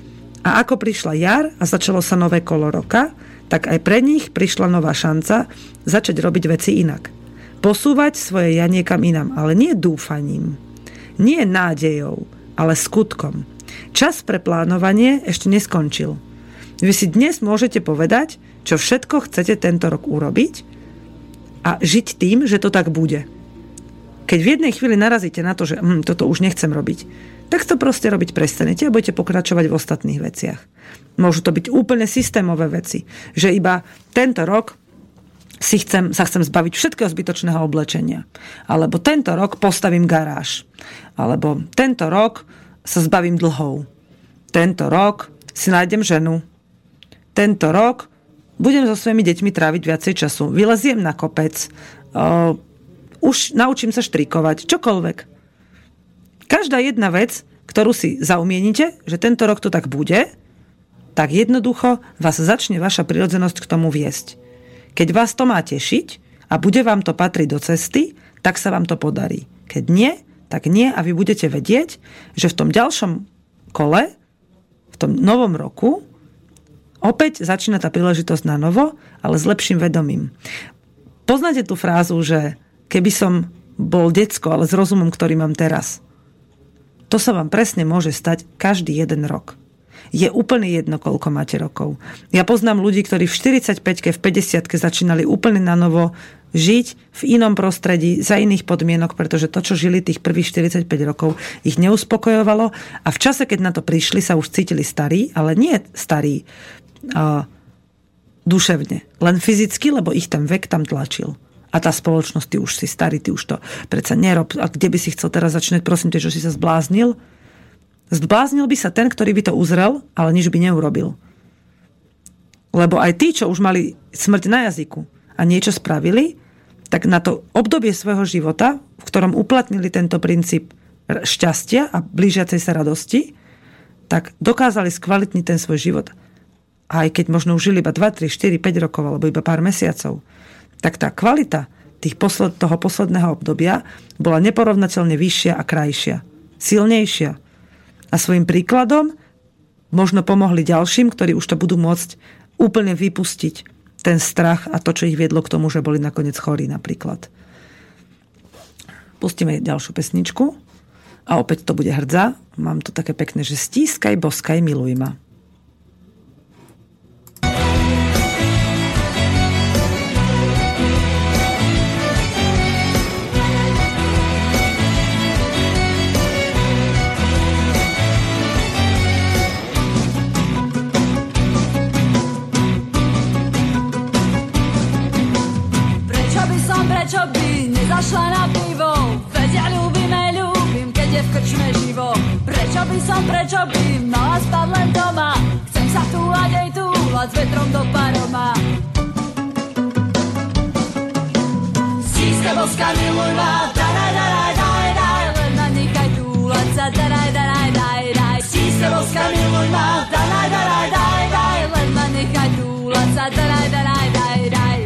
A ako prišla jar a začalo sa nové kolo roka, tak aj pre nich prišla nová šanca začať robiť veci inak. Posúvať svoje ja niekam inám, ale nie dúfaním, nie nádejou, ale skutkom. Čas pre plánovanie ešte neskončil. Vy si dnes môžete povedať, čo všetko chcete tento rok urobiť, a žiť tým, že to tak bude. Keď v jednej chvíli narazíte na to, že hm, toto už nechcem robiť, tak to proste robiť prestanete a budete pokračovať v ostatných veciach. Môžu to byť úplne systémové veci, že iba tento rok si chcem, sa chcem zbaviť všetkého zbytočného oblečenia. Alebo tento rok postavím garáž. Alebo tento rok sa zbavím dlhov. Tento rok si nájdem ženu. Tento rok budem so svojimi deťmi tráviť viacej času. Vyleziem na kopec. Uh, už naučím sa štrikovať. Čokoľvek. Každá jedna vec, ktorú si zaumienite, že tento rok to tak bude, tak jednoducho vás začne vaša prirodzenosť k tomu viesť. Keď vás to má tešiť a bude vám to patriť do cesty, tak sa vám to podarí. Keď nie, tak nie a vy budete vedieť, že v tom ďalšom kole, v tom novom roku, opäť začína tá príležitosť na novo, ale s lepším vedomím. Poznáte tú frázu, že keby som bol decko, ale s rozumom, ktorý mám teraz. To sa vám presne môže stať každý jeden rok. Je úplne jedno, koľko máte rokov. Ja poznám ľudí, ktorí v štyridsaťpäťke, v päťdesiatke začínali úplne na novo žiť v inom prostredí, za iných podmienok, pretože to, čo žili tých prvých štyridsaťpäť rokov, ich neuspokojovalo a v čase, keď na to prišli, sa už cítili starí, ale nie starí a duševne, len fyzicky, lebo ich ten vek tam tlačil. A tá spoločnosť, ty už si starý, ty už to predsa nerob. A kde by si chcel teraz začínať, prosím te, čo si sa zbláznil? Zbláznil by sa ten, ktorý by to uzrel, ale nič by neurobil. Lebo aj tí, čo už mali smrť na jazyku a niečo spravili, tak na to obdobie svojho života, v ktorom uplatnili tento princíp šťastia a blížiacej sa radosti, tak dokázali skvalitniť ten svoj život. A aj keď možno už žili iba dva, tri, štyri, päť rokov alebo iba pár mesiacov, tak tá kvalita tých posled, toho posledného obdobia bola neporovnateľne vyššia a krajšia. Silnejšia. A svojím príkladom možno pomohli ďalším, ktorí už to budú môcť úplne vypustiť ten strach a to, čo ich viedlo k tomu, že boli nakoniec chorí napríklad. Pustíme ďalšiu pesničku a opäť to bude Hrdza. Mám tu také pekné, že stískaj, boskaj, miluj ma. Prečo by nezašla na pivo? Veď ja ľúbime, ľúbim, keď je v krčme živo. Prečo by som, prečo by mala spať len doma? Chcem sa túlať, aj túlať s vetrom do paroma. Stíska, boska, miluj ma, daraj, daraj, daj, daj, len ma nechaj túlať sa, daraj, daraj, daj, daj. Stíska, boska, miluj ma, daraj, daraj, daj, daj, len ma nechaj túlať sa, daraj, daraj, daj, daj.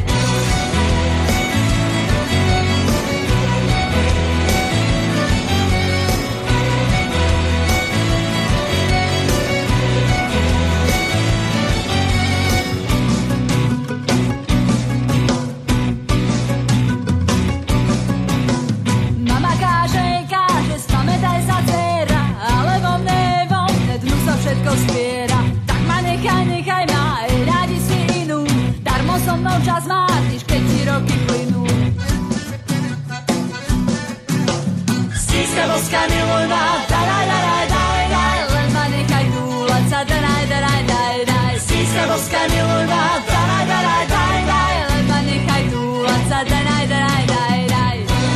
Všetko spiera, tak ma nechaj, nechaj ma, aj rádi si inú. Darmo so mnou čas mátiš, keď ti roky plynú. Stíska, boska, miluj ma, daraj, daraj, daj, daj, len ma nechaj túlať sa, daraj, daraj, daj, daj. Stíska, boska, miluj ma, daraj, daraj, daj, daj, len ma nechaj túlať sa, daraj, daraj, daj, daj.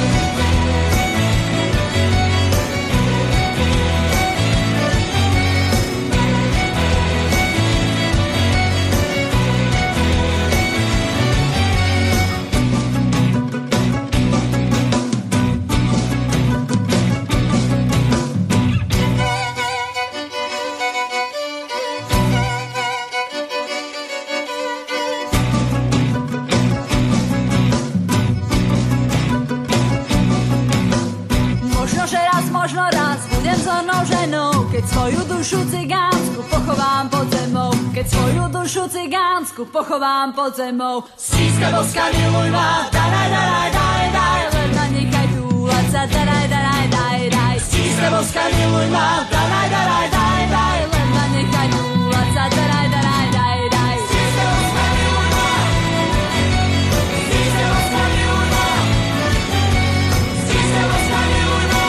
Možno raz budem zornou ženou, keď svoju dušu cigánsku pochovám pod zemou. Keď svoju dušu cigánsku pochovám pod zemou. Stíska, boska, miluj ma, daraj, daraj, daj, daj, len ma nechaj túlať sa, daraj, daraj, daj, daj. Stíska, boska, miluj ma, daraj, daraj, daj, daj, len ma nechaj túlať sa, daraj, daraj, daj, daj. Stíska, boska, miluj ma, stíska, boska, miluj ma, stíska, boska, miluj ma.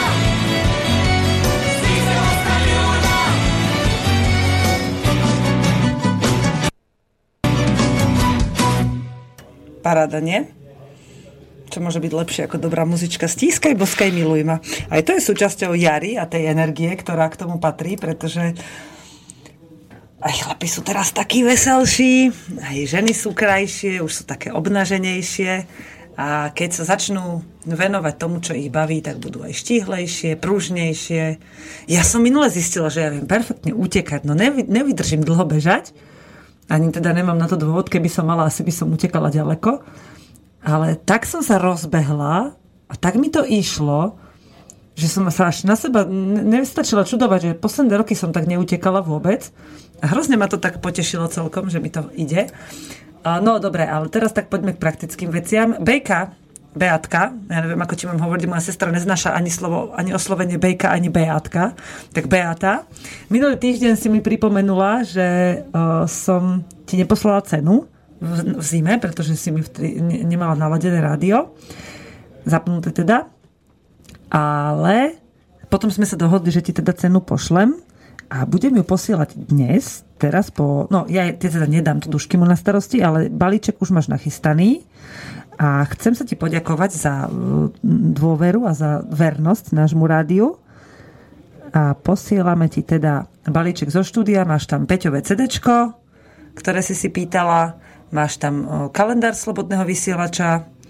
Paráda, nie? Čo môže byť lepšie ako dobrá muzička? Stískaj, boskaj, miluj ma. Aj to je súčasťou jary a tej energie, ktorá k tomu patrí, pretože aj chlapi sú teraz takí veselší, aj ženy sú krajšie, už sú také obnaženejšie a keď sa začnú venovať tomu, čo ich baví, tak budú aj štíhlejšie, pružnejšie. Ja som minule zistila, že ja viem perfektne utekať, no nevy, nevydržím dlho bežať, ani teda nemám na to dôvod, keby som mala, asi by som utekala ďaleko. Ale tak som sa rozbehla a tak mi to išlo, že som sa až na seba nestačila čudovať, že posledné roky som tak neutekala vôbec. A hrozne ma to tak potešilo celkom, že mi to ide. No dobre, ale teraz tak poďme k praktickým veciam. Bejka, Beatka, ja neviem, ako ti mám hovoriť, moja sestra neznáša ani slovo, ani oslovenie Bejka, ani Beatka. Tak Beata. Minulý týždeň si mi pripomenula, že uh, som ti neposlala cenu v, v zime, pretože si mi vtedy ne, nemala naladené rádio. Zapnuté teda. Ale potom sme sa dohodli, že ti teda cenu pošlem a budem ju posielať dnes, teraz po... No, ja ti teda nedám tú dušky mu na starosti, ale balíček už máš nachystaný. A chcem sa ti poďakovať za dôveru a za vernosť nášmu rádiu. A posielame ti teda balíček zo štúdia. Máš tam Peťové cédéčko, ktoré si si pýtala. Máš tam kalendár Slobodného vysielača.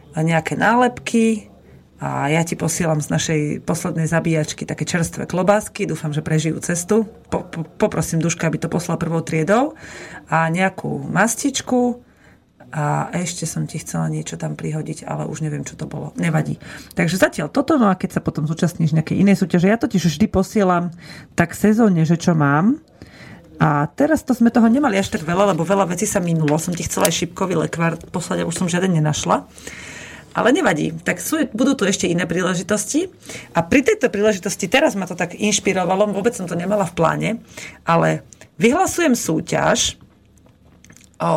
nejaké nálepky a ja ti posielam z našej poslednej zabíjačky také čerstvé klobásky, dúfam, že prežijú cestu. Po, po, poprosím Duška, aby to poslal prvou triedou a nejakú mastičku a ešte som ti chcela niečo tam prihodiť, ale už neviem, čo to bolo. Nevadí. Takže zatiaľ toto, no a keď sa potom zúčastníš nejakej inej súťaže, ja totiž vždy posielam tak sezónne, že čo mám. A teraz to sme toho nemali až tak veľa, lebo veľa vecí sa minulo. Som ti chcela aj šípkový lekvár poslať a už som žiaden nenašla. Ale nevadí. Tak sú, budú tu ešte iné príležitosti. A pri tejto príležitosti, teraz ma to tak inšpirovalo, vôbec som to nemala v pláne, ale vyhlasujem súťaž o,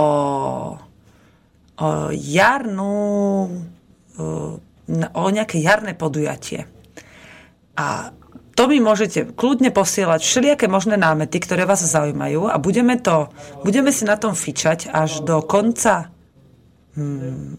o jarnú, o, o nejaké jarné podujatie. A to mi môžete kľudne posielať všelijaké možné námety, ktoré vás zaujímajú a budeme to, budeme si na tom fičať až do konca hmm,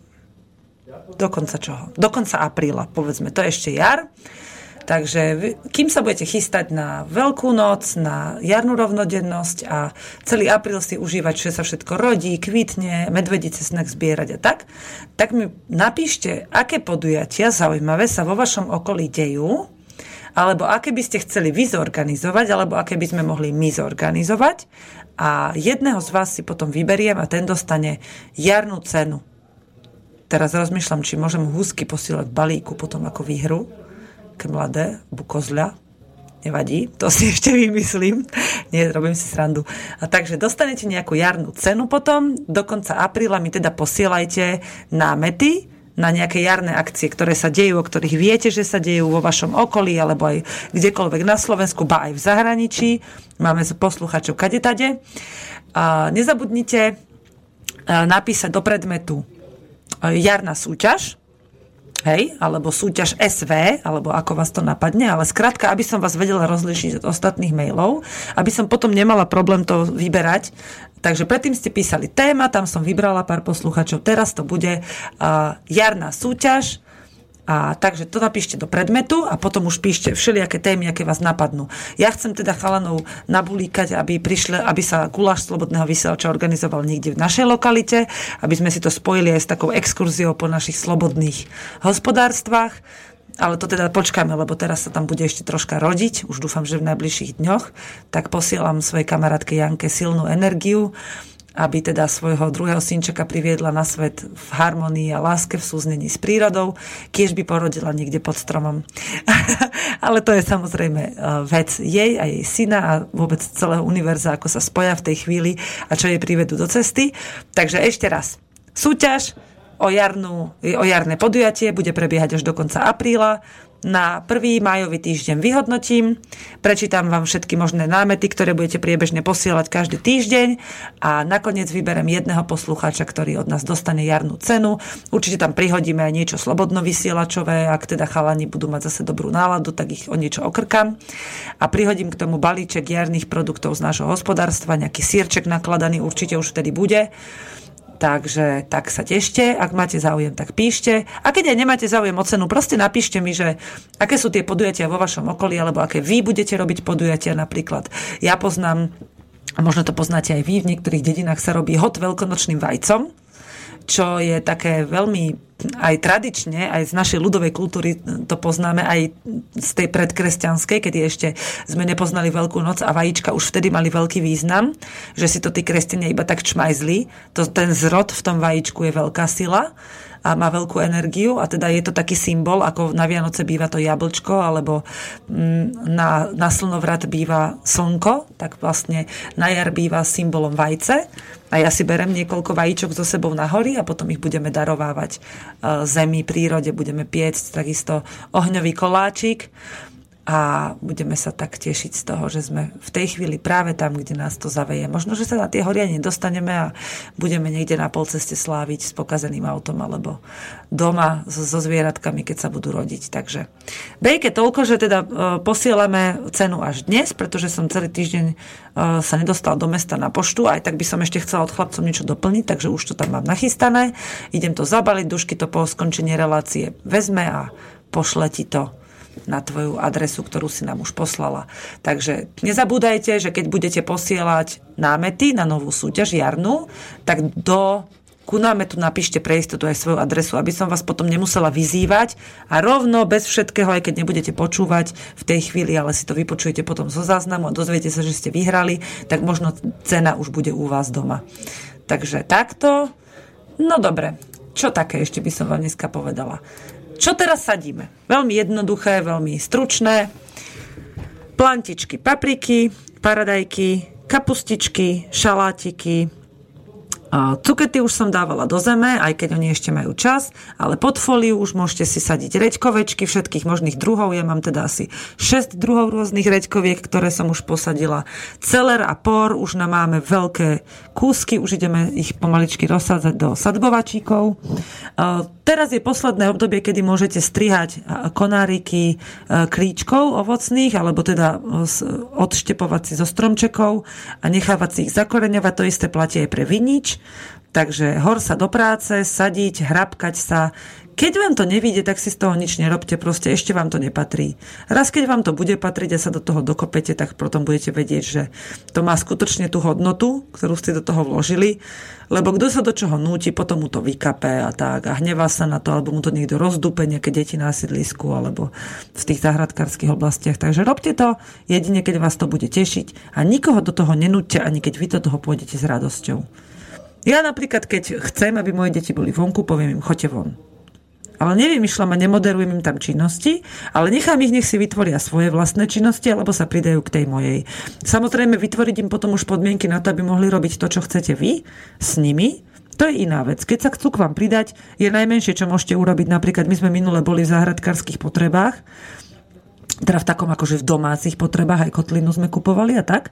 do konca čoho? Do konca apríla, povedzme. To je ešte jar. Takže vy, kým sa budete chystať na Veľkú noc, na jarnú rovnodennosť a celý apríl si užívať, že sa všetko rodí, kvitne, medvedice snak zbierať a tak, tak mi napíšte, aké podujatia zaujímavé sa vo vašom okolí dejú, alebo aké by ste chceli vy zorganizovať, alebo aké by sme mohli my zorganizovať. A jedného z vás si potom vyberiem a ten dostane jarnú cenu. Teraz rozmýšľam, či môžem húsky posielať balíku potom ako výhru. Ke mladé, bukozľa. Nevadí, to si ešte vymyslím. Nie, robím si srandu. A takže dostanete nejakú jarnú cenu potom. Do konca apríla mi teda posielajte námety na nejaké jarné akcie, ktoré sa dejú, o ktorých viete, že sa dejú vo vašom okolí, alebo aj kdekoľvek na Slovensku, ba aj v zahraničí. Máme poslucháčov kadetade. A nezabudnite napísať do predmetu jarná súťaž, hej, alebo súťaž es vé, alebo ako vás to napadne, ale skrátka, aby som vás vedela rozlíšiť od ostatných mailov, aby som potom nemala problém to vyberať. Takže predtým ste písali téma, tam som vybrala pár posluchačov, teraz to bude uh, jarná súťaž, a takže to napíšte do predmetu a potom už píšte všelijaké témy, aké vás napadnú. Ja chcem teda chalanov nabulíkať, aby prišli, aby sa guláš slobodného vysielača organizoval niekde v našej lokalite, aby sme si to spojili aj s takou exkurziou po našich slobodných hospodárstvách. Ale to teda počkáme, lebo teraz sa tam bude ešte troška rodiť, už dúfam, že v najbližších dňoch, tak posielam svojej kamarátke Janke silnú energiu, aby teda svojho druhého synčeka priviedla na svet v harmonii a láske, v súznení s prírodou, kiež by porodila niekde pod stromom. Ale to je samozrejme vec jej a jej syna a vôbec celého univerza, ako sa spoja v tej chvíli a čo jej privedú do cesty. Takže ešte raz, súťaž o, jarnú, o jarné podujatie bude prebiehať až do konca apríla. Na prvý májový týždeň vyhodnotím, prečítam vám všetky možné námety, ktoré budete priebežne posielať každý týždeň a nakoniec vyberem jedného poslucháča, ktorý od nás dostane jarnú cenu. Určite tam prihodíme aj niečo slobodno vysielačové, ak teda chalani budú mať zase dobrú náladu, tak ich o niečo okrkám. A prihodím k tomu balíček jarných produktov z nášho hospodárstva, nejaký sírček nakladaný určite už vtedy bude. Takže tak sa tešte, ak máte záujem, tak píšte. A keď aj nemáte záujem o cenu, proste napíšte mi, že aké sú tie podujatia vo vašom okolí, alebo aké vy budete robiť podujatia napríklad. Ja poznám, a možno to poznáte aj vy, v niektorých dedinách sa robí hot veľkonočným vajcom, čo je také veľmi aj tradične, aj z našej ľudovej kultúry to poznáme, aj z tej predkresťanskej, kedy ešte sme nepoznali Veľkú noc a vajíčka už vtedy mali veľký význam, že si to tí kresťania iba tak čmajzli. To, ten zrod v tom vajíčku je veľká sila a má veľkú energiu a teda je to taký symbol, ako na Vianoce býva to jablčko, alebo na, na slnovrat býva slnko, tak vlastne na jar býva symbolom vajce. A ja si berem niekoľko vajíčok so sebou na hory a potom ich budeme darovávať zemi, prírode, budeme piecť takisto ohňový koláčik a budeme sa tak tešiť z toho, že sme v tej chvíli práve tam, kde nás to zaveje. Možno, že sa na tie hory nedostaneme a budeme niekde na polceste sláviť s pokazeným autom alebo doma so zvieratkami, keď sa budú rodiť. Takže bejke toľko, že teda posielame cenu až dnes, pretože som celý týždeň sa nedostal do mesta na poštu, aj tak by som ešte chcela od chlapcov niečo doplniť, takže už to tam mám nachystané. Idem to zabaliť, Dušky to po skončení relácie vezme a pošle ti to na tvoju adresu, ktorú si nám už poslala. Takže nezabúdajte, že keď budete posielať námety na novú súťaž jarnú, tak do ku námetu napíšte pre istotu aj svoju adresu, aby som vás potom nemusela vyzývať a rovno, bez všetkého, aj keď nebudete počúvať v tej chvíli, ale si to vypočujete potom zo záznamu a dozviete sa, že ste vyhrali, tak možno cena už bude u vás doma. Takže takto. No dobre, čo také ešte by som vám dneska povedala? Čo teraz sadíme? Veľmi jednoduché, veľmi stručné. Plantičky papriky, paradajky, kapustičky, šalátiky. Cukety už som dávala do zeme, aj keď oni ešte majú čas, ale pod fóliu už môžete si sadiť reďkovečky všetkých možných druhov. Ja mám teda asi šesť druhov rôznych reďkoviek, ktoré som už posadila. Celer a por, už nám máme veľké kúsky, už ideme ich pomaličky rozsádzať do sadbovačíkov. Teraz je posledné obdobie, kedy môžete strihať konáriky klíčkov ovocných, alebo teda odštepovať si zo stromčekov a nechávať si ich zakoreňovať. To isté platí aj pre vinič. Takže hor sa do práce, sadiť, hrabkať sa. Keď vám to nevíde, tak si z toho nič nerobte, proste ešte vám to nepatrí. Raz, keď vám to bude patriť a sa do toho dokopete, tak potom budete vedieť, že to má skutočne tú hodnotu, ktorú ste do toho vložili, lebo kto sa do čoho núti, potom mu to vykape a tak a hnevá sa na to, alebo mu to niekto rozdúpe, nejaké deti na sídlisku alebo v tých záhradkárskych oblastiach. Takže robte to jedine, keď vás to bude tešiť a nikoho do toho nenúťte, ani keď vy do toho pôjdete s radosťou. Ja napríklad, keď chcem, aby moje deti boli vonku, poviem im, choďte von. Ale nevymýšľam a nemoderujem im tam činnosti, ale nechám ich, nech si vytvoria svoje vlastné činnosti, alebo sa pridajú k tej mojej. Samozrejme, vytvoriť im potom už podmienky na to, aby mohli robiť to, čo chcete vy s nimi, to je iná vec. Keď sa chcú k vám pridať, je najmenšie, čo môžete urobiť. Napríklad my sme minule boli v záhradkárskych potrebách, teda v takom akože v domácich potrebách, aj kotlinu sme kupovali a tak.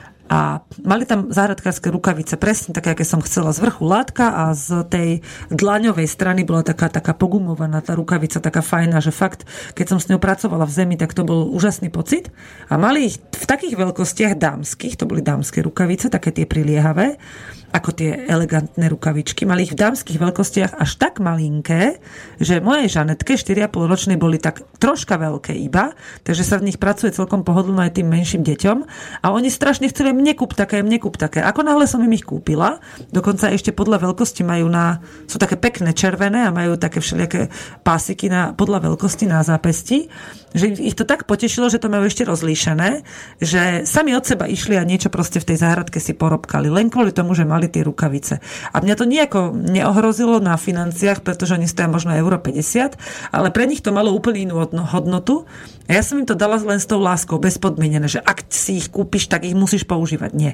A mali tam záhradkárske rukavice presne také, aké som chcela, z vrchu látka a z tej dlaňovej strany bola taká, taká pogumovaná tá rukavica, taká fajná, že fakt, keď som s ňou pracovala v zemi, tak to bol úžasný pocit. A mali ich v takých veľkostiach dámskych, to boli dámske rukavice, také tie priliehavé, ako tie elegantné rukavičky. Mali ich v dámskych veľkostiach až tak malinké, že mojej Žanetke štyri a pol ročnej boli tak troška veľké iba, takže sa v nich pracuje celkom pohodlno aj tým menším deťom. A oni strašne chceli mne kúp také, mne kúp také. Ako náhle som im ich kúpila, dokonca ešte podľa veľkosti majú na, sú také pekné červené a majú také všelijaké pásiky na, podľa veľkosti na zápesti, že ich to tak potešilo, že to majú ešte rozlíšené, že sami od seba išli a niečo proste v tej záhradke si porobkali, len kvôli tomu, že mali tie rukavice. A mňa to nejako neohrozilo na financiách, pretože oni stoja možno euro päťdesiat, ale pre nich to malo úplne inú hodnotu. A ja som im to dala len s tou láskou, bezpodmienené, že ak si ich kúpiš, tak ich musíš používať. Nie.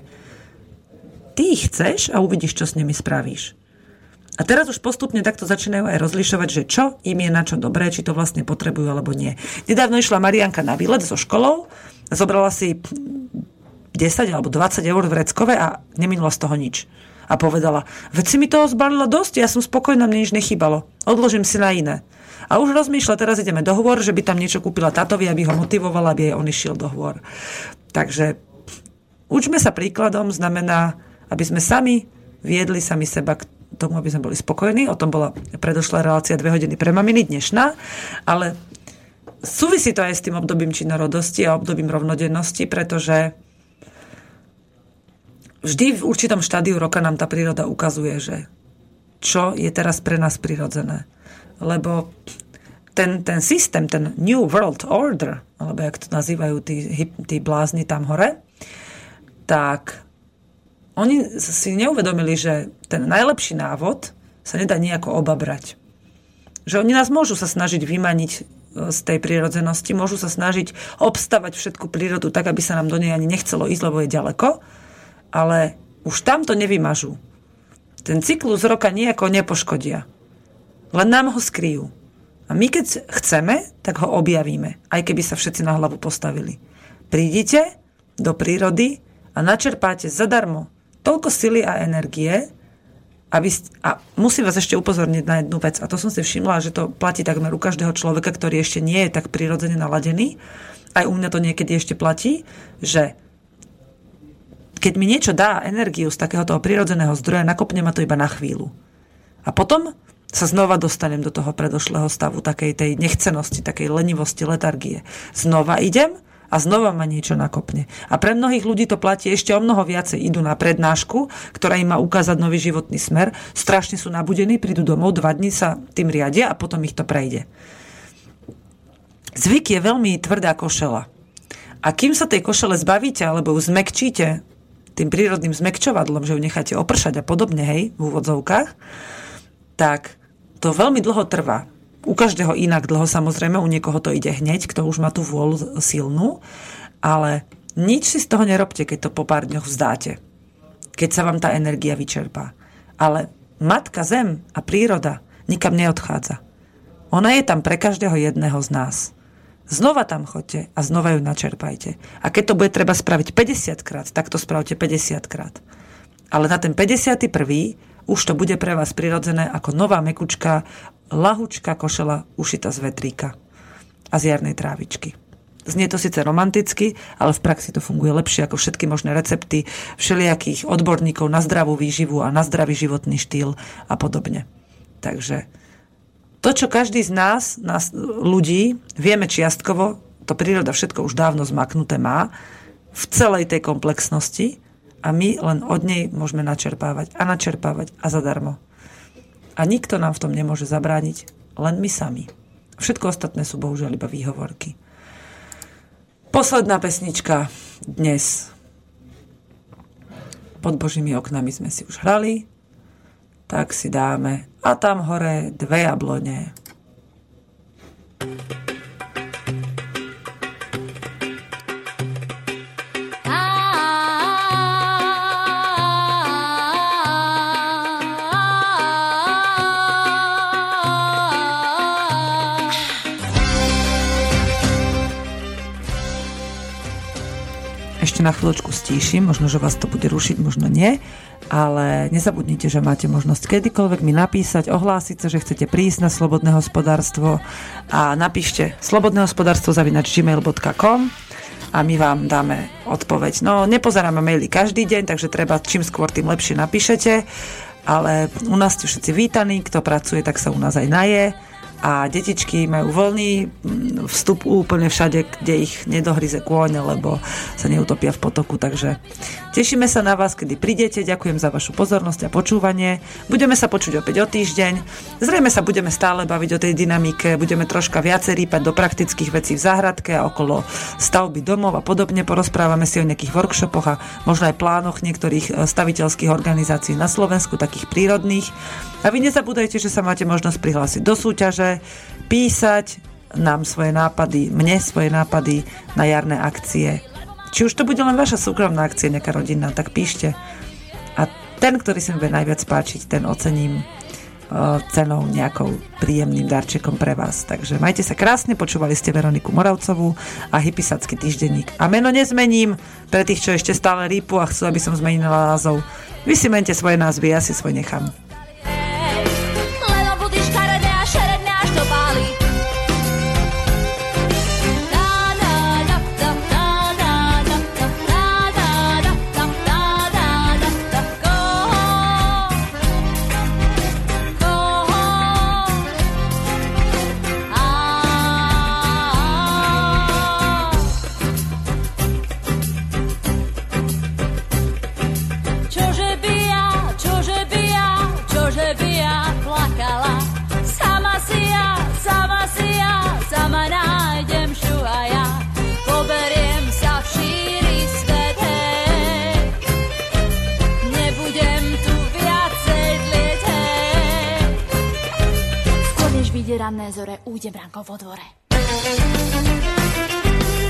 Ty ich chceš a uvidíš, čo s nimi spravíš. A teraz už postupne takto začínajú aj rozlišovať, že čo im je na čo dobré, či to vlastne potrebujú alebo nie. Nedávno išla Marianka na výlet so školou, zobrala si desať alebo dvadsať eur v Reckove a neminula z toho nič. A povedala, veď si mi toho zbalila dosť, ja som spokojná, mne nič nechýbalo. Odložím si na iné. A už rozmýšľa, teraz ideme do hôr, že by tam niečo kúpila tátovi, aby ho motivovala, aby jej on išiel do hôr. Takže učme sa príkladom, znamená, aby sme sami viedli sami seba k tomu, aby sme boli spokojní. O tom bola predošlá relácia dve hodiny pre maminy, dnešná. Ale súvisí to aj s tým obdobím činorodosti a obdobím rovnodennosti, pretože vždy v určitom štádiu roka nám tá príroda ukazuje, že čo je teraz pre nás prirodzené. Lebo ten, ten systém, ten New World Order, alebo jak to nazývajú tí, tí blázni tam hore, tak oni si neuvedomili, že ten najlepší návod sa nedá nejako obabrať. Že oni nás môžu sa snažiť vymaniť z tej prírodzenosti, môžu sa snažiť obstavať všetku prírodu tak, aby sa nám do nej ani nechcelo ísť, lebo je ďaleko, ale už tam to nevymažú. Ten cyklus roka nejako nepoškodia. Len nám ho skryjú. A my keď chceme, tak ho objavíme, aj keby sa všetci na hlavu postavili. Prídite do prírody a načerpáte zadarmo toľko sily a energie, aby st- a musím vás ešte upozorniť na jednu vec, a to som si všimla, že to platí takmer u každého človeka, ktorý ešte nie je tak prirodzene naladený, aj u mňa to niekedy ešte platí, že keď mi niečo dá energiu z takého toho prirodzeného zdroja, nakopne ma to iba na chvíľu. A potom sa znova dostanem do toho predošlého stavu, takej tej nechcenosti, takej lenivosti, letargie. Znova idem a znova ma niečo nakopne. A pre mnohých ľudí to platí ešte o mnoho viacej. Idú na prednášku, ktorá im má ukázať nový životný smer, strašne sú nabudení, prídu domov, dva dni sa tým riadia a potom ich to prejde. Zvyk je veľmi tvrdá košela. A kým sa tej košele zbavíte, alebo ju zmekčíte tým prírodným zmekčovadlom, že ju necháte opršať a podobne, hej, v úvodzovkách, tak to veľmi dlho trvá. U každého inak dlho, samozrejme, u niekoho to ide hneď, kto už má tú vôľu silnú, ale nič si z toho nerobte, keď to po pár dňoch vzdáte. Keď sa vám tá energia vyčerpá. Ale matka Zem a príroda nikam neodchádza. Ona je tam pre každého jedného z nás. Znova tam choďte a znova ju načerpajte. A keď to bude treba spraviť päťdesiatkrát, tak to spravte päťdesiatkrát. Ale na ten päťdesiaty prvý už to bude pre vás prirodzené ako nová mekučka, lahučká košela ušita z vetríka a z jarnej trávičky. Znie to síce romanticky, ale v praxi to funguje lepšie ako všetky možné recepty všelijakých odborníkov na zdravú výživu a na zdravý životný štýl a podobne. Takže to, čo každý z nás, nás ľudí, vieme čiastkovo, to príroda všetko už dávno zmaknuté má, v celej tej komplexnosti a my len od nej môžeme načerpávať a načerpávať a zadarmo. A nikto nám v tom nemôže zabrániť, len my sami. Všetko ostatné sú bohužiaľ iba výhovorky. Posledná pesnička dnes. Pod Božími oknami sme si už hrali, tak si dáme A tam hore dve jablone. Ešte na chvíľočku stíšim, možno, že vás to bude rušiť, možno nie, ale nezabudnite, že máte možnosť kedykoľvek mi napísať, ohlásiť sa, že chcete prísť na Slobodné hospodárstvo a napíšte slobodnehospodárstvo zavináč gmail bodka com a my vám dáme odpoveď. No, nepozeráme maily každý deň, takže treba čím skôr, tým lepšie napíšete, ale u nás ste všetci vítaní, kto pracuje, tak sa u nás aj naje. A detičky majú voľný vstup úplne všade, kde ich nedohryze kôň, lebo sa neutopia v potoku. Takže tešíme sa na vás, kedy prídete. Ďakujem za vašu pozornosť a počúvanie. Budeme sa počuť opäť o týždeň. Zrejme sa budeme stále baviť o tej dynamike. Budeme troška viacej rýpať do praktických vecí v záhradke a okolo stavby domov a podobne. Porozprávame si o nejakých workshopoch a možno aj plánoch niektorých staviteľských organizácií na Slovensku, takých prírodných. A vy nezabúdajte, že sa máte možnosť prihlásiť do súťaže, písať nám svoje nápady, mne svoje nápady na jarné akcie. Či už to bude len vaša súkromná akcia, nejaká rodinná, tak píšte. A ten, ktorý sa mi bude najviac páčiť, ten ocením uh, cenou nejakou príjemným darčekom pre vás. Takže majte sa krásne, počúvali ste Veroniku Moravcovú a Hypisacký týždenník. A meno nezmením pre tých, čo ešte stále rýpu a chcú, aby som zmenila názov. Vy si mente svoje názvy, ja si svoj nechám. Ranné zore, újde bránkou vo dvore.